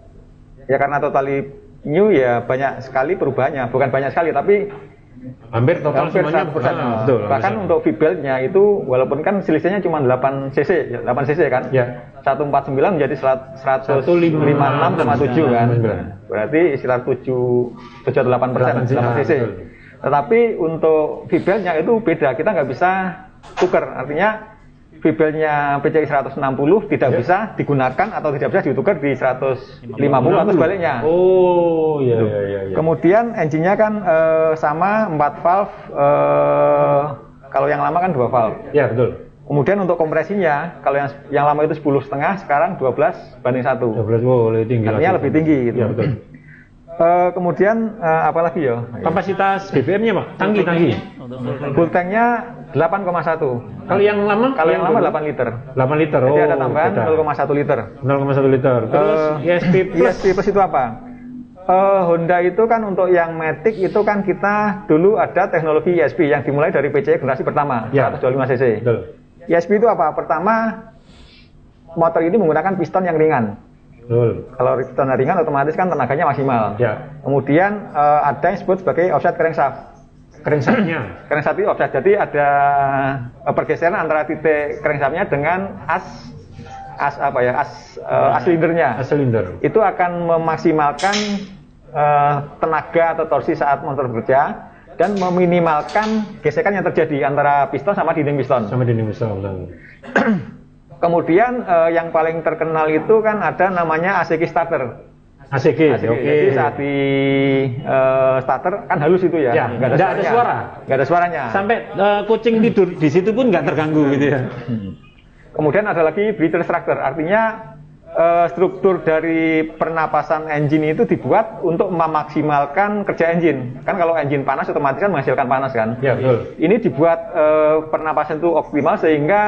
Speaker 3: ya karena totally new ya banyak sekali perubahannya, bukan banyak sekali tapi
Speaker 2: hampir total
Speaker 3: hampir
Speaker 2: semuanya
Speaker 3: seratus persen.
Speaker 2: Ah, betul,
Speaker 3: bahkan
Speaker 2: bisa.
Speaker 3: untuk V-beltnya itu walaupun kan selisihnya cuma delapan cc, delapan cc kan,
Speaker 2: ya.
Speaker 3: seratus empat puluh sembilan menjadi seratus lima puluh enam koma tujuh kan, berarti sekitar tujuh tujuh atau delapan persen, delapan cc. Tetapi untuk V-belnya itu beda, kita nggak bisa tuker, artinya V-belnya P C I seratus enam puluh tidak ya. bisa digunakan atau tidak bisa ditukar di seratus lima puluh atau sebaliknya.
Speaker 2: Oh, iya iya iya. Ya.
Speaker 3: Kemudian engine-nya kan eh, sama empat valve, eh, kalau yang lama kan dua valve.
Speaker 2: Ya, betul.
Speaker 3: Kemudian untuk kompresinya, kalau yang yang lama itu sepuluh setengah, sekarang dua belas banding satu.
Speaker 2: dua belas, wow, lebih tinggi.
Speaker 3: Artinya
Speaker 2: lagi.
Speaker 3: lebih tinggi gitu.
Speaker 2: Ya, betul.
Speaker 3: Uh, kemudian uh, apa lagi ya?
Speaker 2: Kapasitas B B M-nya Pak, tangki-tangki.
Speaker 3: Full tank-nya delapan koma satu.
Speaker 2: Kalau yang lama?
Speaker 3: Kalau yang, yang lama delapan liter.
Speaker 2: delapan liter.
Speaker 3: Jadi
Speaker 2: oh,
Speaker 3: ada tambahan beda. nol koma satu liter.
Speaker 2: nol koma satu liter. Terus uh, I S P Plus.
Speaker 3: I S P Plus itu apa? Uh, Honda itu kan untuk yang Matic itu kan kita dulu ada teknologi I S P yang dimulai dari P C I generasi pertama,
Speaker 2: ya.
Speaker 3: seratus dua puluh lima cc.
Speaker 2: Betul.
Speaker 3: I S P itu apa? Pertama, motor ini menggunakan piston yang ringan.
Speaker 2: Betul.
Speaker 3: Kalau piston ringan otomatis kan tenaganya maksimal.
Speaker 2: Ya.
Speaker 3: Kemudian uh, ada yang disebut sebagai offset crankshaft.
Speaker 2: Crankshaftnya.
Speaker 3: Crankshaft itu offset, jadi ada uh, pergeseran antara titik crankshaftnya dengan as as apa ya as uh, as silindernya.
Speaker 2: As silinder.
Speaker 3: Itu akan memaksimalkan uh, tenaga atau torsi saat motor bekerja dan meminimalkan gesekan yang terjadi antara piston sama dinding piston.
Speaker 2: Sama dinding piston.
Speaker 3: Kemudian uh, yang paling terkenal itu kan ada namanya A C G starter.
Speaker 2: A C G,
Speaker 3: A C G.
Speaker 2: oke.
Speaker 3: Jadi saat di uh, starter kan halus itu ya,
Speaker 2: ya
Speaker 3: nggak ada,
Speaker 2: ada suara,
Speaker 3: nggak ada suaranya.
Speaker 2: Sampai uh, kucing tidur di situ pun nggak terganggu gitu ya.
Speaker 3: Kemudian ada lagi breather structure, artinya uh, struktur dari pernapasan engine itu dibuat untuk memaksimalkan kerja engine. Kan kalau engine panas otomatis kan menghasilkan panas kan.
Speaker 2: Ya betul.
Speaker 3: Ini dibuat uh, pernapasan itu optimal sehingga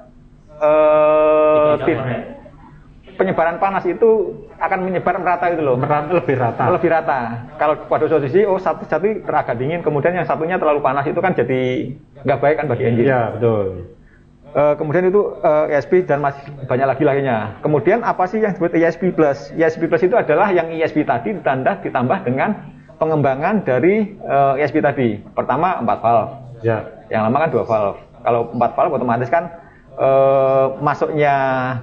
Speaker 3: Uh, penyebaran panas itu akan menyebar merata itu loh,
Speaker 2: merata, lebih rata.
Speaker 3: Lebih rata. Kalau pada suatu sisi, oh satu satu agak dingin, kemudian yang satunya terlalu panas itu kan jadi nggak baik kan bagi engine.
Speaker 2: Ya betul.
Speaker 3: Uh, kemudian itu uh, I S P dan masih banyak lagi lainnya. Kemudian apa sih yang disebut I S P Plus? I S P Plus itu adalah yang I S P tadi ditambah ditambah dengan pengembangan dari uh, I S P tadi. Pertama empat valve.
Speaker 2: Ya.
Speaker 3: Yang lama kan dua valve. Kalau empat valve otomatis kan Uh, masuknya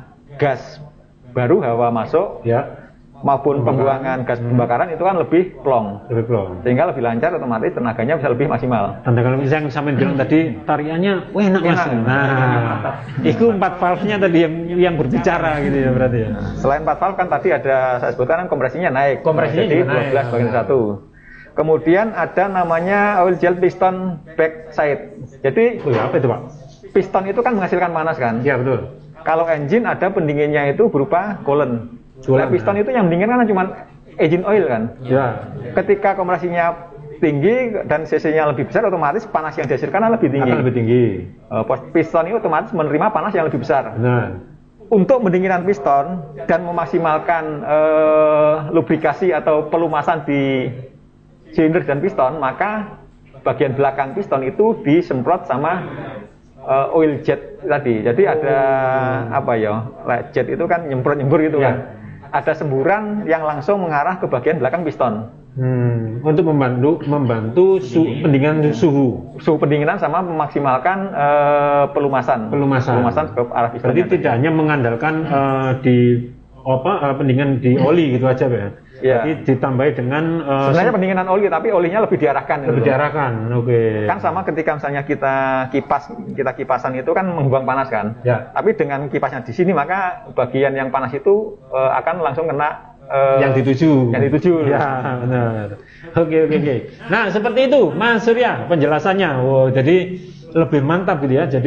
Speaker 3: gas baru, hawa masuk,
Speaker 2: ya,
Speaker 3: maupun pembuangan gas pembakaran itu kan lebih plong,
Speaker 2: lebih plong,
Speaker 3: sehingga lebih lancar, otomatis tenaganya bisa lebih maksimal.
Speaker 2: Dan kalau misalnya yang sampai bilang tadi tariannya, wah enak mas. Nah, itu empat valve-nya tadi yang yang berbicara gitu ya berarti ya.
Speaker 3: Selain empat valve kan tadi ada saya sebutkan kan kompresinya naik,
Speaker 2: kompresinya
Speaker 3: jadi dua belas bagian satu. Kemudian ada namanya oil gel piston backside. Jadi,
Speaker 2: oh ya, apa itu Pak?
Speaker 3: Piston itu kan menghasilkan panas kan?
Speaker 2: Ya betul.
Speaker 3: Kalau engine ada pendinginnya itu berupa coolant. Nah, piston itu yang mendingin kan cuma engine oil kan?
Speaker 2: Ya.
Speaker 3: Ketika kompresinya tinggi dan cc-nya lebih besar, otomatis panas yang dihasilkan lebih tinggi.
Speaker 2: Akan lebih tinggi.
Speaker 3: Uh, piston ini otomatis menerima panas yang lebih besar.
Speaker 2: Nah.
Speaker 3: Untuk mendinginkan piston dan memaksimalkan uh, lubrikasi atau pelumasan di silinder dan piston, maka bagian belakang piston itu disemprot sama Uh, oil jet tadi. Jadi ada oh. apa ya? Jet itu kan nyemprot-nyembur gitu ya. Kan. Ada semburan yang langsung mengarah ke bagian belakang piston.
Speaker 2: Hmm, untuk membantu membantu su, pendinginan suhu.
Speaker 3: Suhu pendinginan sama memaksimalkan uh, pelumasan.
Speaker 2: Pelumasan.
Speaker 3: Pelumasan ke arah piston.
Speaker 2: Jadi tidak hanya mengandalkan uh, di apa uh, pendinginan di oli gitu aja ya.
Speaker 3: Ya.
Speaker 2: Jadi ditambahi dengan uh,
Speaker 3: sebenarnya pendinginan oli tapi olinya lebih diarahkan.
Speaker 2: Lebih gitu. diarahkan, oke. Okay.
Speaker 3: Kan sama ketika misalnya kita kipas, kita kipasan itu kan membuang panas kan.
Speaker 2: Ya.
Speaker 3: Tapi dengan kipasnya di sini maka bagian yang panas itu uh, akan langsung kena uh,
Speaker 2: yang dituju.
Speaker 3: Yang dituju.
Speaker 2: Ya benar. Oke oke oke. Nah seperti itu Mas Surya penjelasannya. Wow, jadi lebih mantap gitu ya. Jadi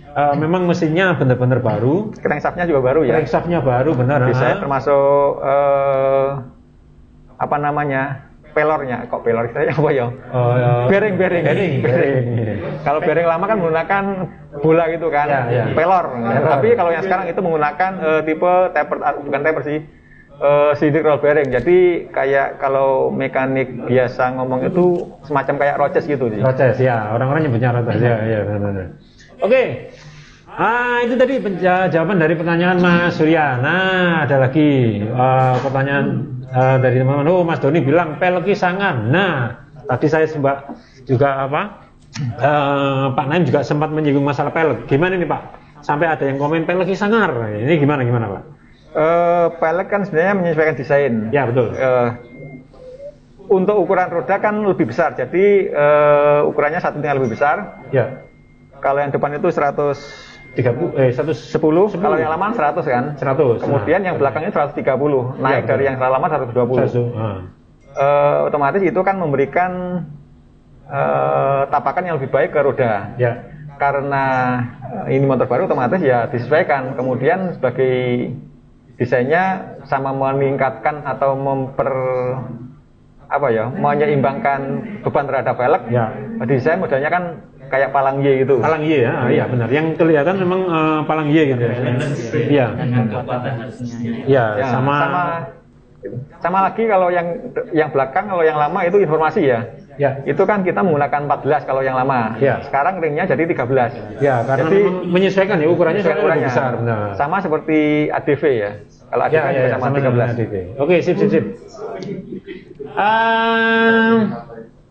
Speaker 2: uh, memang mesinnya benar-benar baru.
Speaker 3: Crankshaftnya juga baru ya.
Speaker 2: Crankshaftnya baru benar.
Speaker 3: Bisa termasuk uh, apa namanya? Pelornya, kok pelor saya apa ya?
Speaker 2: Oh, ya.
Speaker 3: Bearing, bearing, bearing, bearing. Kalau bearing lama kan menggunakan bola gitu kan, ya, ya. Pelor. Pelor. Tapi kalau yang sekarang itu menggunakan uh, tipe taper, bukan taper sih, uh, cylindrical bearing. Jadi kayak kalau mekanik biasa ngomong itu semacam kayak roces gitu sih.
Speaker 2: Roces ya, orang-orang nyebutnya roces ya, ya benar-benar. Oke. Ah, itu tadi jawaban dari pertanyaan Mas Surya. Nah, ada lagi uh, pertanyaan uh, dari teman-teman. Oh, Mas Doni bilang pelek sangar. Nah, tadi saya sempat juga apa? Uh, Pak Naim juga sempat menyinggung masalah pelek. Gimana nih Pak? Sampai ada yang komen pelek sangar. Ini gimana gimana Pak?
Speaker 3: Uh, pelek kan sebenarnya menyesuaikan desain.
Speaker 2: Ya betul. Uh,
Speaker 3: untuk ukuran roda kan lebih besar. Jadi uh, ukurannya satu tingkat lebih besar.
Speaker 2: Ya. Kalau
Speaker 3: yang depan itu seratus
Speaker 2: tiga puluh, eh seratus sepuluh,
Speaker 3: kalau yang lama seratus kan?
Speaker 2: seratus.
Speaker 3: Kemudian nah, yang belakangnya seratus tiga puluh, naik ya, dari yang lama seratus dua puluh. seratus, uh. Uh, otomatis itu kan memberikan uh, tapakan yang lebih baik ke roda.
Speaker 2: Ya.
Speaker 3: Karena uh, ini motor baru otomatis ya disesuaikan. Kemudian sebagai desainnya sama meningkatkan atau memper apa ya, menyeimbangkan beban terhadap pelek.
Speaker 2: Ya.
Speaker 3: Desain modelnya kan kayak palang Y gitu.
Speaker 2: Palang Y ya, iya benar. Yang kelihatan memang uh, palang Y gitu ya. Iya. Iya, sama
Speaker 3: sama sama lagi kalau yang yang belakang, kalau yang lama itu informasi ya.
Speaker 2: Ya.
Speaker 3: Itu kan kita menggunakan empat belas kalau yang lama.
Speaker 2: Ya.
Speaker 3: Sekarang ringnya jadi tiga belas.
Speaker 2: Ya, karena jadi, menyesuaikan ya ukurannya,
Speaker 3: ukurannya
Speaker 2: lebih besar. Benar.
Speaker 3: Sama seperti A D V ya. Kalau A D V ya, ya, sama, sama tiga belas.
Speaker 2: A D V. Oke, sip sip sip. Um,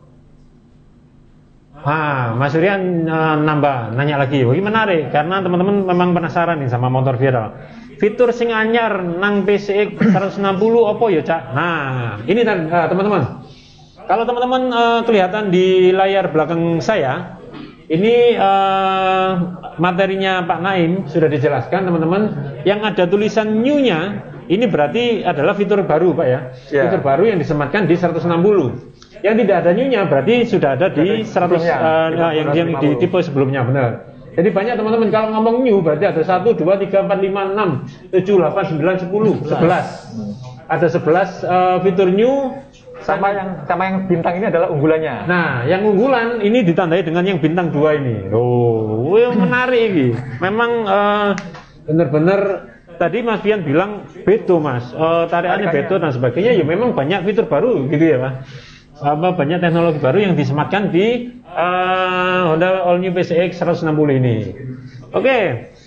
Speaker 2: Ah, Mas Suryan uh, nambah nanya lagi. Wah, ini menarik karena teman-teman memang penasaran nih sama motor viral. Fitur sing anyar nang P C X seratus enam puluh opo ya, Cak? Nah, ini uh, teman-teman. Kalau teman-teman uh, kelihatan di layar belakang saya, ini uh, materinya Pak Naim sudah dijelaskan, teman-teman. Yang ada tulisan new-nya, ini berarti adalah fitur baru, Pak ya. Yeah. Fitur baru yang disematkan di seratus enam puluh. Yang tidak ada new-nya berarti sudah ada di seratus uh, yang, yang di tipe sebelumnya, benar. Jadi banyak teman-teman kalau ngomong new berarti ada satu, dua, tiga, empat, lima, enam, tujuh, delapan, sembilan, sepuluh, sebelas. Ada sebelas uh, fitur new.
Speaker 3: Sama yang sama yang bintang ini adalah unggulannya.
Speaker 2: Nah, yang unggulan ini ditandai dengan yang bintang dua ini. Oh, yang menarik ini. Memang uh, benar-benar tadi Mas Fian bilang beto Mas, uh, tarikannya beto dan sebagainya. Ya memang banyak fitur baru gitu ya Pak. Apa banyak teknologi baru yang disematkan di uh, Honda All New P C X seratus enam puluh ini. Oke. Okay.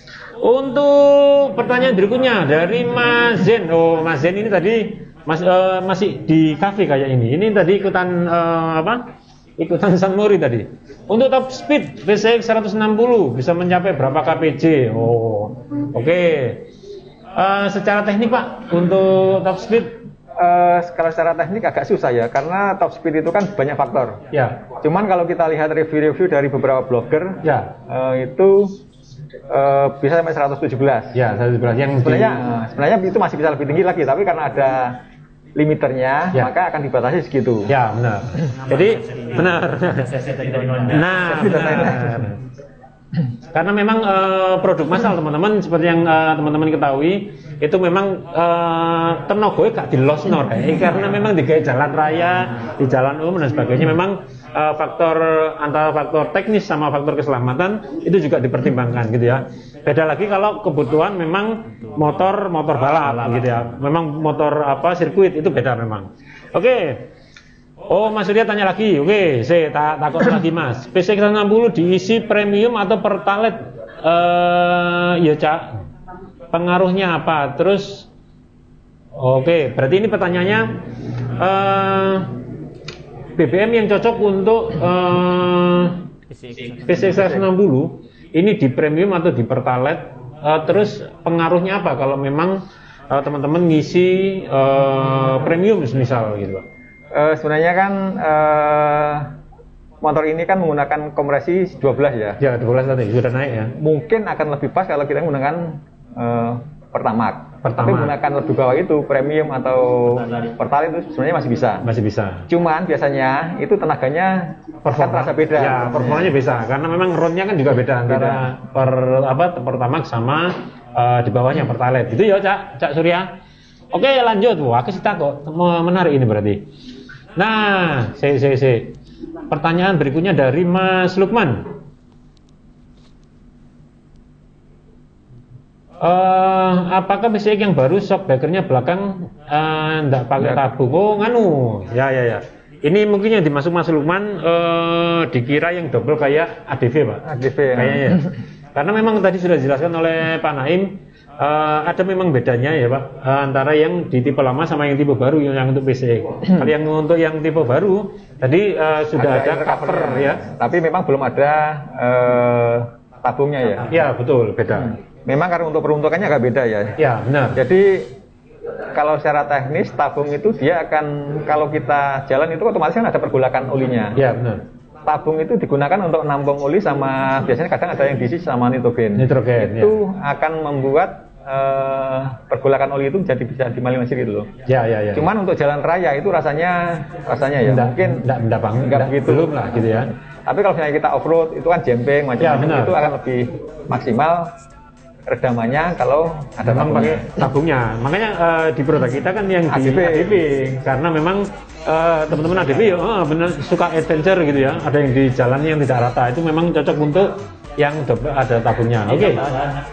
Speaker 2: Untuk pertanyaan berikutnya dari Mas Zen. Oh, Mas Zen ini tadi Mas, uh, masih di kafe kayak ini. Ini tadi ikutan uh, apa? Ikutan San Mori tadi. Untuk top speed P C X seratus enam puluh bisa mencapai berapa K P J? Oh, oke. Okay. Uh, secara teknik Pak, untuk top speed
Speaker 3: Uh, kalau secara teknik agak susah ya, karena top speed itu kan banyak faktor.
Speaker 2: Ya.
Speaker 3: Cuman kalau kita lihat review-review dari beberapa blogger,
Speaker 2: ya.
Speaker 3: uh, itu uh, bisa sampai seratus tujuh belas.
Speaker 2: Ya, seratus tujuh belas. Yang
Speaker 3: sebenarnya,
Speaker 2: di...
Speaker 3: uh, sebenarnya itu masih bisa lebih tinggi lagi, tapi karena ada limiternya, ya. Maka akan dibatasi segitu.
Speaker 2: Ya, benar. Jadi benar. Nah, benar. Karena memang uh, produk massal teman-teman seperti yang uh, teman-teman ketahui itu memang uh, tenaga gak dilosno deh, karena memang di jalan raya, di jalan umum dan sebagainya memang uh, faktor antara faktor teknis sama faktor keselamatan itu juga dipertimbangkan gitu ya. Beda lagi kalau kebutuhan memang motor motor balap gitu ya. Memang motor apa sirkuit itu beda memang. Oke. Okay. Oh, Mas Surya tanya lagi. Oke, saya tak takut lagi Mas. P C X seratus enam puluh diisi premium atau pertalite? Eh, ya Cak. Pengaruhnya apa? Terus, oke, berarti ini pertanyaannya eh, B B M yang cocok untuk eh, P C X seratus enam puluh ini di premium atau di pertalite? Eh, terus pengaruhnya apa kalau memang eh, teman-teman ngisi eh, premium misal gitu Pak?
Speaker 3: Uh, sebenarnya kan uh, motor ini kan menggunakan kompresi dua belas ya.
Speaker 2: Ya, dua belas tadi sudah naik ya.
Speaker 3: Mungkin akan lebih pas kalau kita menggunakan uh, Pertamax.
Speaker 2: Pertama.
Speaker 3: Tapi menggunakan lebih bawah itu premium atau Pertalite itu sebenarnya masih bisa.
Speaker 2: Masih bisa.
Speaker 3: Cuman biasanya itu tenaganya kan terasa beda.
Speaker 2: Ya, performanya bisa karena memang roundnya kan juga beda antara per apa Pertamax sama uh, di bawahnya Pertalite. Gitu ya, Cak, Cak Surya. Oke, lanjut. Wah, aku sih kok menarik ini berarti. Nah, si si si. Pertanyaan berikutnya dari Mas Lukman. Uh, apakah P C X yang baru shockbreakernya belakang enggak uh, pakai tabung? Oh, nganu. Ya ya ya. Ini mungkin yang dimasuk Mas Lukman uh, dikira yang double kayak A D V, Pak.
Speaker 3: A D V ya.
Speaker 2: Kayaknya ya. Karena memang tadi sudah dijelaskan oleh Pak Naim, uh, ada memang bedanya ya, Pak, uh, antara yang di tipe lama sama yang tipe baru yang untuk P C X. Kalau yang untuk yang tipe baru tadi uh, sudah ada, ada cover ya.
Speaker 3: Tapi memang belum ada uh, tabungnya ya.
Speaker 2: Ya, betul, beda.
Speaker 3: Hmm. Memang karena untuk peruntukannya agak beda ya.
Speaker 2: Ya, benar.
Speaker 3: Jadi kalau secara teknis tabung itu dia akan, kalau kita jalan itu otomatis kan ada pergolakan olinya.
Speaker 2: Ya, benar.
Speaker 3: Tabung itu digunakan untuk nampung oli sama biasanya kadang ada yang diisi sama nitrogen.
Speaker 2: Nitrogen.
Speaker 3: Itu
Speaker 2: ya.
Speaker 3: akan membuat uh, pergolakan oli itu jadi bisa diminimalisir gitu loh.
Speaker 2: Ya, ya, ya.
Speaker 3: Cuman untuk jalan raya itu rasanya rasanya ya
Speaker 2: nggak,
Speaker 3: mungkin
Speaker 2: enggak mendapang,
Speaker 3: enggak begitu.
Speaker 2: Belum lah gitu ya.
Speaker 3: Tapi kalau misalnya kita off road itu kan jempeng macam-macam ya, itu akan lebih maksimal redamannya kalau ada
Speaker 2: memang pakai tabungnya. Makanya uh, di produk kita kan yang di A D V karena memang uh, teman-teman A D V ya oh, benar suka adventure gitu ya. Ada yang di jalan yang tidak rata itu memang cocok untuk yang ada tabungnya. Oke. Okay.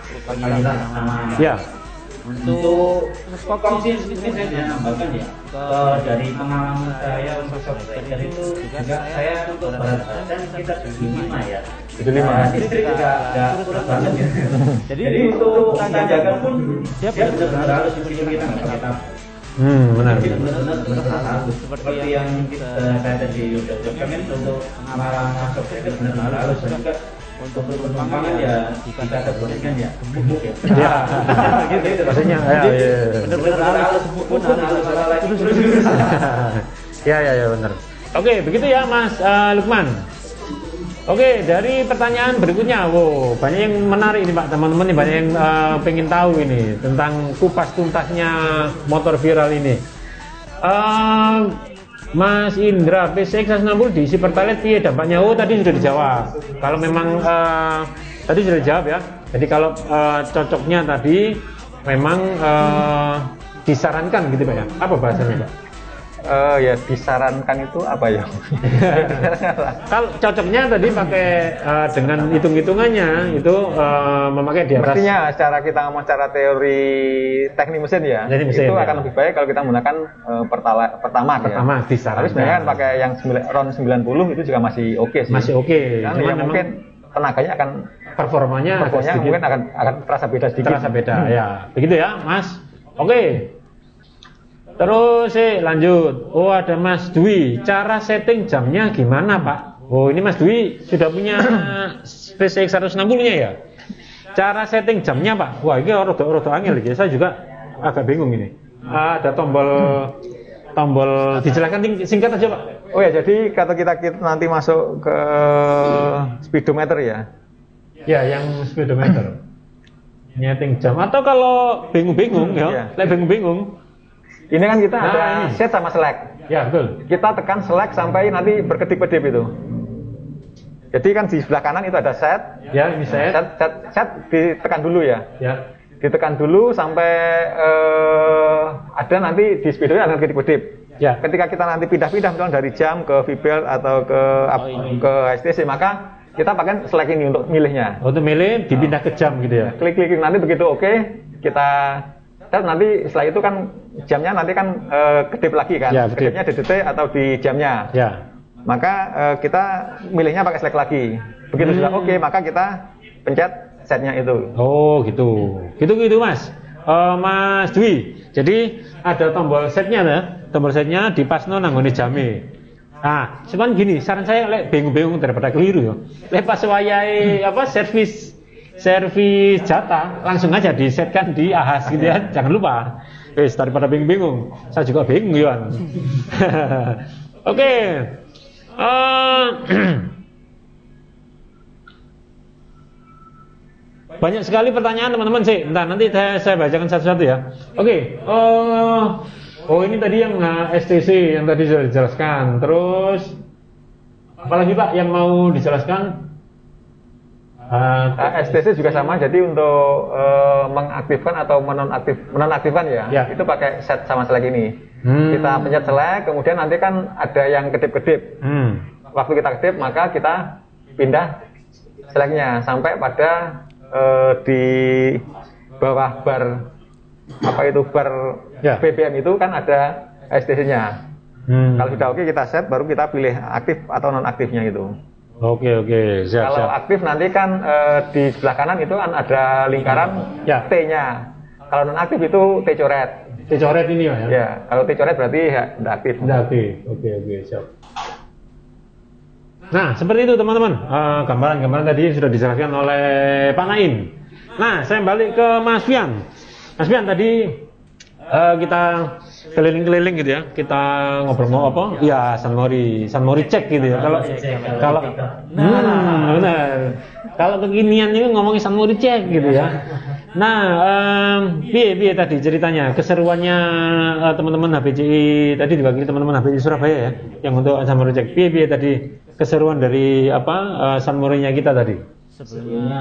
Speaker 2: Ya.
Speaker 4: Untuk kondisi ini saya tambahkan ya ke dari pengalaman saya sosok belajar itu juga saya untuk berat badan kita tujuh puluh lima ya.
Speaker 3: tujuh puluh lima.
Speaker 4: Nah, istri juga agak kurang banget ya. Jadi, Jadi untuk tanjakan pun dia benar-benar harus dipikir kita nggak pakai tabung.
Speaker 2: Hmm, benar.
Speaker 4: Benar-benar harus seperti yang kita saya tadi udah jelaskan untuk pengalaman masuk itu benar-benar harus juga untuk penumpang ya kita sebutkan ya gemuk ya.
Speaker 2: Ya. Gitu maksudnya ya, ya.
Speaker 4: Benar-benar harus pun harus salah terus terus.
Speaker 2: Ya ya ya benar. Oke, begitu ya Mas uh, Lukman. Oke, dari pertanyaan berikutnya, wow, banyak yang menarik ini Pak, teman-teman nih banyak yang uh, pengen tahu ini tentang kupas tuntasnya motor viral ini. Uh, Mas Indra, P C X seratus enam puluh diisi Pertalite piye dampaknya? Oh, tadi sudah dijawab. Kalau memang uh, tadi sudah dijawab ya. Jadi kalau uh, cocoknya tadi memang uh, disarankan gitu Pak ya. Apa bahasanya Pak?
Speaker 3: Uh, ya disarankan itu apa ya?
Speaker 2: Kalau cocoknya tadi pakai uh, dengan hitung-hitungannya itu uh, memakai di atas.
Speaker 3: Mestinya secara kita ngomong secara teori teknik mesin ya,
Speaker 2: mesin,
Speaker 3: itu
Speaker 2: ya.
Speaker 3: akan lebih baik kalau kita menggunakan uh, pertama pertama
Speaker 2: pertama
Speaker 3: ya.
Speaker 2: disarankan.
Speaker 3: Tapi sebenarnya kan pakai yang round sembilan puluh itu juga masih oke okay sih.
Speaker 2: Masih oke. Okay.
Speaker 3: Kan ya mungkin tenaganya akan
Speaker 2: performanya,
Speaker 3: performanya mungkin akan akan terasa beda sedikit.
Speaker 2: Terasa beda ya. Begitu ya, Mas. Oke. Okay. Terus sih lanjut. Oh ada Mas Dwi. Cara setting jamnya gimana Pak? Oh ini Mas Dwi sudah punya P C X seratus enam puluh-nya ya. Cara setting jamnya Pak. Wah ini rodo-rodo angel ya. Saya juga agak bingung ini. Ah, ada tombol tombol dijelaskan singkat aja Pak.
Speaker 3: Oh ya jadi kalau kita, kita nanti masuk ke speedometer ya.
Speaker 2: Ya yang speedometer. Nyeting jam atau kalau bingung-bingung ya. Lek bingung-bingung.
Speaker 3: Ini kan kita
Speaker 2: nah,
Speaker 3: ada
Speaker 2: ini.
Speaker 3: set sama select.
Speaker 2: Ya betul.
Speaker 3: Kita tekan select sampai nanti berkedip-kedip itu. Jadi kan di sebelah kanan itu ada set.
Speaker 2: Ya ini set.
Speaker 3: Set, set, set ditekan dulu ya.
Speaker 2: Ya.
Speaker 3: Ditekan dulu sampai uh, ada nanti di speedometer ada kedip-kedip.
Speaker 2: Ya.
Speaker 3: Ketika kita nanti pindah-pindah misalnya dari jam ke V-belt atau ke oh, ke H T C maka kita pakai select ini untuk milihnya.
Speaker 2: Untuk milih dipindah ke jam gitu ya.
Speaker 3: Klik-klik nanti begitu oke okay, kita dan nanti setelah itu kan jamnya nanti kan e, kedip lagi kan,
Speaker 2: ya,
Speaker 3: kedipnya di detik atau di jamnya.
Speaker 2: Ya.
Speaker 3: Maka e, kita milihnya pakai select lagi. Begitu hmm. sudah oke, okay, maka kita pencet setnya itu.
Speaker 2: Oh gitu, gitu gitu Mas, uh, Mas Dwi. Jadi ada tombol setnya ya, tombol setnya dipasno nanggone jame. Nah, cuman gini, saran saya lek bingung-bingung daripada keliru ya. Lek pas wayahe apa servis servis jatah langsung aja disetkan di ahas gitu ya, jangan lupa. Wes daripada bingung-bingung, saya juga bingung ya. Oke, uh, banyak sekali pertanyaan teman-teman sih. Bentar, nanti saya, saya bacakan satu-satu ya. Oke, okay. uh, oh ini tadi yang uh, S T C yang tadi sudah dijelaskan. Terus apalagi Pak yang mau dijelaskan?
Speaker 3: Uh, S T C juga sama, jadi untuk uh, mengaktifkan atau menonaktif, menonaktifkan ya, ya, itu pakai set sama select ini. Hmm. Kita pencet select, kemudian nanti kan ada yang kedip-kedip. Hmm. Waktu kita kedip, maka kita pindah selectnya sampai pada uh, di bawah bar apa itu bar ya. B P M itu kan ada S T C-nya. Hmm. Kalau sudah oke kita set, baru kita pilih aktif atau nonaktifnya itu.
Speaker 2: Oke oke, siap,
Speaker 3: kalau
Speaker 2: siap.
Speaker 3: aktif nanti kan e, di sebelah kanan itu kan ada lingkaran ya. T-nya. Kalau non aktif itu T coret.
Speaker 2: T coret ini ya?
Speaker 3: Ya, kalau T coret berarti ya tidak aktif.
Speaker 2: Tidak aktif. Oke oke, siap. Nah, seperti itu teman-teman. Uh, gambaran-gambaran tadi sudah dijelaskan oleh Pak Naim. Nah, saya balik ke Mas Fian. Mas Fian tadi uh, kita keliling-keliling gitu ya, kita ngobrol mau apa? Ya San Mori, San Mori cek gitu ya. Kalau kalau hmm, benar. Kalau kekinian itu ngomongin San Mori cek gitu ya. Nah, um, biye biye tadi ceritanya, keseruannya uh, teman-teman H B C I tadi diwakili teman-teman H B C I Surabaya ya, yang untuk San Mori cek. Biye biye tadi keseruan dari apa uh, San Mori-nya kita tadi.
Speaker 4: Sebelumnya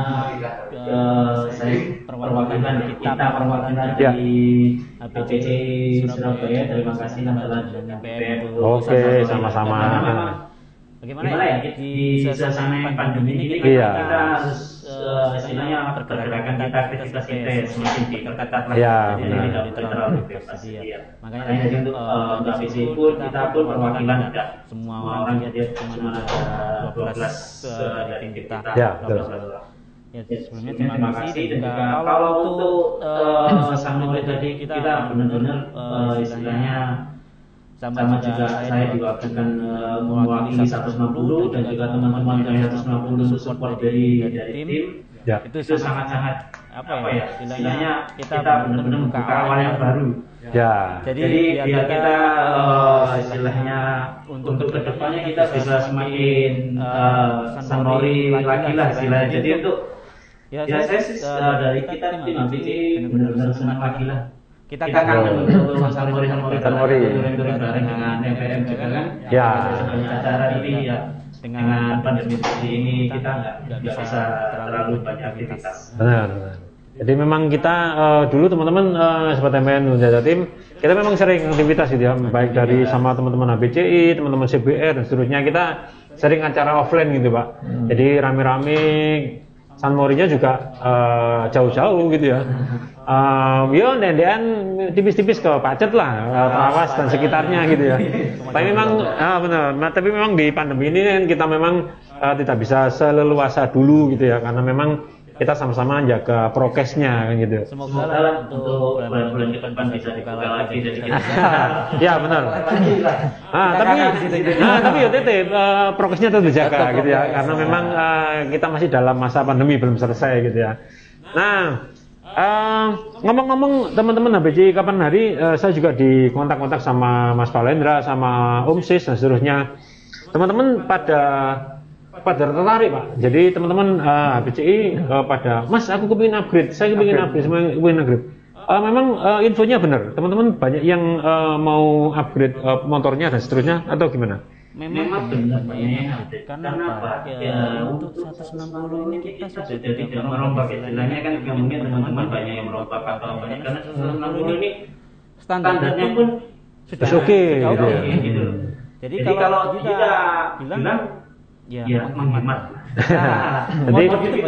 Speaker 4: uh, saya perwakilan kita perwakilan
Speaker 2: ya.
Speaker 4: di H B C I Surabaya, terima kasih telah M P M.
Speaker 2: Oke, sama-sama.
Speaker 4: Bagaimana, Bagaimana ya di suasana pandemi ini kita,
Speaker 2: iya.
Speaker 4: kita harus uh, istilahnya pergerakan kita, aktivitas kita semakin diperketat lah.
Speaker 2: Iya,
Speaker 4: jadi tidak terlalu bebas. Makanya dari untuk uh, H B C I pun kita pun perwakilan ada semua orang dia cuma ada dua belas dari tim kita.
Speaker 2: Ya, betul.
Speaker 4: Ya, sebelumnya terima kasih dan juga kalau untuk uh, San Mori tadi kita benar-benar uh, istilahnya sama, sama juga saya diwakilkan uh, mewakili seratus lima puluh dan juga teman-teman dari seratus lima puluh support dari dari tim
Speaker 2: ya.
Speaker 4: Itu sangat-sangat apa ya istilahnya kita benar-benar membuka awal yang baru
Speaker 2: ya.
Speaker 4: Jadi, Jadi biar kita uh, istilahnya untuk kedepannya kita bisa semakin uh, San Mori lagi lah istilahnya. Jadi untuk ya, ya saya uh, dari kita tim H B C I benar-benar senang lagi lah. Kita kangen untuk San Mori San Mori San Mori bareng dengan M P M juga kan.
Speaker 2: Ya.
Speaker 4: Acara ini ya dengan pandemi seperti ini kita nggak bisa terlalu banyak aktivitas.
Speaker 2: Benar. benar. Jadi memang kita uh, dulu teman-teman uh, sobat M P M Unja Jatim, kita memang sering aktivitas gitu ya, baik dari sama teman-teman H B C I, teman-teman C B R dan seterusnya. Kita sering acara offline gitu Pak. Hmm. Jadi rame-rame San Mori-nya juga uh, jauh-jauh gitu ya. Um, yo dendean tipis-tipis ke Pacet lah, uh, Trawas dan sekitarnya gitu ya. Tapi memang ah, benar, nah, tapi memang di pandemi ini kan kita memang uh, tidak bisa seleluasa dulu gitu ya, karena memang kita sama-sama jaga prokesnya kan gitu.
Speaker 4: Semoga lah untuk bulan-bulan ke depan bisa dibuka lagi jadi kita.
Speaker 2: Ya benar. Ah tapi ah tapi ya tetep uh, prokesnya tetap dijaga gitu ya, karena memang uh, kita masih dalam masa pandemi belum selesai gitu ya. Nah, uh, ngomong-ngomong teman-teman H B C I kapan hari uh, saya juga di kontak-kontak sama Mas Valendra sama Om Sis dan seterusnya. Teman-teman pada pada tertarik Pak. Jadi teman-teman uh, H B C I uh, pada Mas aku kepingin upgrade, saya kepingin upgrade, semua kepingin upgrade. Uh, memang uh, infonya benar. Teman-teman banyak yang uh, mau upgrade uh, motornya dan seterusnya atau gimana?
Speaker 4: Memang benar banyak yang upgrade. Karena apa? Ya, untuk seratus enam puluh ini kita sudah tidak merombak. Istilahnya kan mungkin teman-teman banyak yang merombak atau banyak karena seratus enam puluh ini standarnya pun sudah
Speaker 2: oke okay, gitu.
Speaker 4: Ya. Gitu. Jadi, Jadi kalau kita bilang ya, ya menghemat.
Speaker 2: Jadi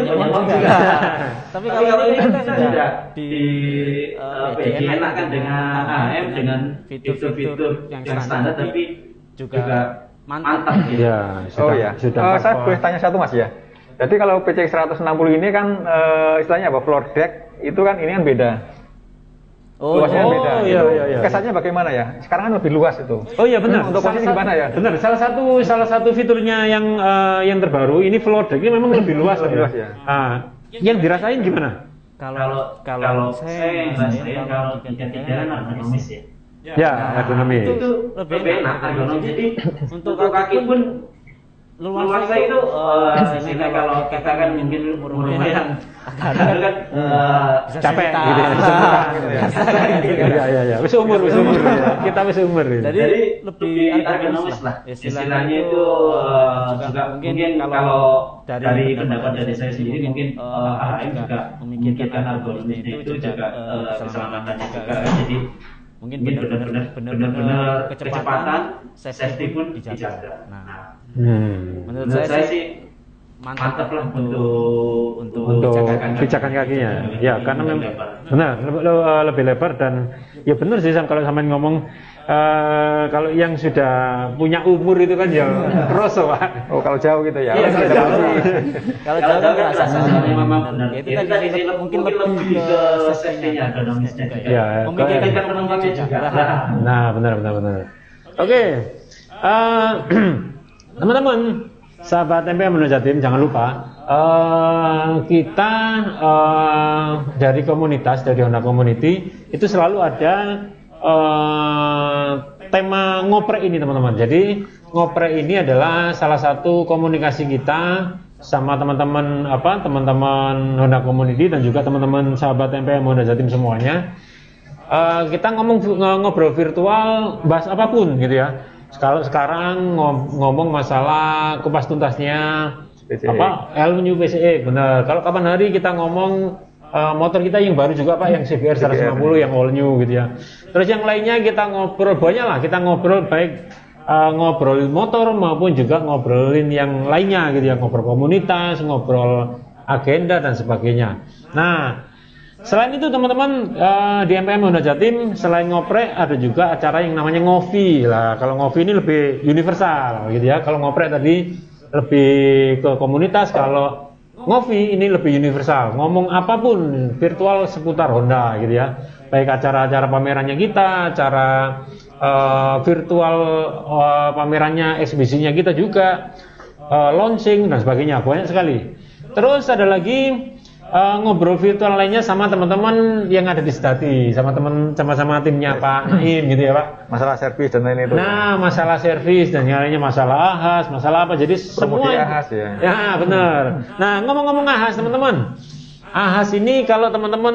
Speaker 4: tapi kalau ini kita sudah di dienakan dengan A M dengan fitur-fitur yang standar tapi juga mantap gitu.
Speaker 2: Ya, sudah,
Speaker 3: oh ya.
Speaker 2: Sudah
Speaker 3: uh, saya boleh tanya satu Mas ya. Jadi kalau P C X seratus enam puluh ini kan uh, istilahnya apa? Floor deck itu kan ini kan beda.
Speaker 2: Oh,
Speaker 3: luasnya
Speaker 2: oh,
Speaker 3: beda.
Speaker 2: Iya,
Speaker 3: itu
Speaker 2: iya, iya.
Speaker 3: Kesannya bagaimana ya? Sekarang kan lebih luas itu.
Speaker 2: Oh iya benar.
Speaker 3: Hmm, untuk posisi gimana ya?
Speaker 2: Benar. Salah satu salah satu fiturnya yang uh, yang terbaru ini floor deck ini memang lebih luas.
Speaker 3: Lebih luas ya.
Speaker 2: Ah, yang dirasain gimana?
Speaker 4: Kalau kalau saya saya kalau tidak tidak ergonomis ya.
Speaker 2: Ya, ergonomis.
Speaker 4: Itu lebih enak ergonomis. Jadi untuk kaki pun luar saya itu uh, istilahnya kalau kita kan mungkin umur-umur yang agak kan uh,
Speaker 2: capek gitu ya. Iya iya iya. Wis umur wis umur. Kita wis umur.
Speaker 4: Jadi lebih ergonomis lah. Istilahnya itu uh, juga mungkin kalau dari pendapat dari saya sendiri mungkin uh, H M juga memikirkan ergonomisnya itu juga uh, keselamatan juga. Jadi mungkin benar-benar benar-benar kecepatan, safety pun dijaga. Nah, hmm. menurut, menurut saya, saya sih mantap lah untuk untuk,
Speaker 2: untuk pijakan kakinya. Ya, karena memang benar lebih, lebih lebar dan ya benar sih kalau sampean ngomong uh, kalau yang sudah punya umur itu kan ya kroso, Pak.
Speaker 3: Oh, kalau jauh gitu ya.
Speaker 2: Iya, kalau jauh.
Speaker 4: Kalau jauh kan rasanya memang benar. Itu tadi mungkin lebih ke safety-nya, ergonomisnya.
Speaker 2: Ya,
Speaker 4: memikirkan penumpangnya juga.
Speaker 2: Nah, benar benar benar. Oke. Uh, teman-teman, sahabat M P M Honda Jatim, jangan lupa uh, kita uh, dari komunitas, dari Honda Community itu selalu ada uh, tema ngoprek ini, teman-teman. Jadi ngoprek ini adalah salah satu komunikasi kita sama teman-teman apa teman-teman Honda Community dan juga teman-teman sahabat M P M Honda Jatim semuanya. Uh, kita ngomong ngobrol virtual, bahas apapun gitu ya. Kalau sekarang ngomong masalah kupas tuntasnya P C E. Apa L New P C E, benar. Kalau kapan hari kita ngomong uh, motor kita yang baru juga Pak, yang C B R seratus lima puluh yang all new gitu ya. Terus yang lainnya kita ngobrol banyak lah, kita ngobrol baik uh, ngobrolin motor maupun juga ngobrolin yang lainnya gitu ya, ngobrol komunitas, ngobrol agenda dan sebagainya. Nah, selain itu teman-teman uh, di M P M Honda Jatim selain ngoprek ada juga acara yang namanya ngopi lah. Kalau ngopi ini lebih universal gitu ya. Kalau ngoprek tadi lebih ke komunitas, kalau ngopi ini lebih universal. Ngomong apapun virtual seputar Honda gitu ya. Baik acara-acara pamerannya kita, acara uh, virtual uh, pamerannya, eksibisinya kita juga, uh, launching dan sebagainya, banyak sekali. Terus ada lagi Uh, ngobrol virtual lainnya sama teman-teman yang ada di Sedati, sama teman sama-sama timnya Pak Naim gitu ya Pak.
Speaker 3: Masalah servis dan lain itu.
Speaker 2: Nah, masalah servis dan yang lainnya, masalah ahas, masalah apa. Jadi
Speaker 3: promosi
Speaker 2: semua
Speaker 3: ahas ya.
Speaker 2: Ya, benar. Nah, ngomong-ngomong ahas teman-teman. Ahas ini kalau teman-teman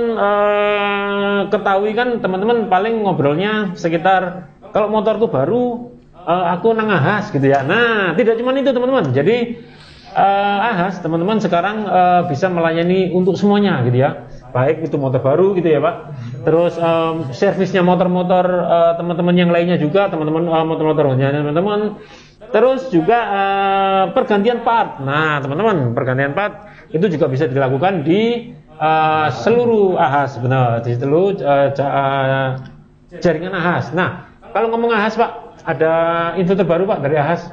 Speaker 2: uh, ketahui kan teman-teman paling ngobrolnya sekitar kalau motor tuh baru uh, aku nang ahas gitu ya. Nah, tidak cuma itu teman-teman. Jadi Uh, ahas teman-teman sekarang uh, bisa melayani untuk semuanya gitu ya, baik itu motor baru gitu ya Pak, terus um, servisnya motor-motor uh, teman-teman yang lainnya juga, teman-teman uh, motor-motornya teman-teman, terus juga uh, pergantian part. Nah teman-teman, pergantian part itu juga bisa dilakukan di uh, seluruh ahas, benar, di seluruh uh, uh, jaringan ahas. Nah kalau ngomong ahas Pak, ada info terbaru Pak dari ahas?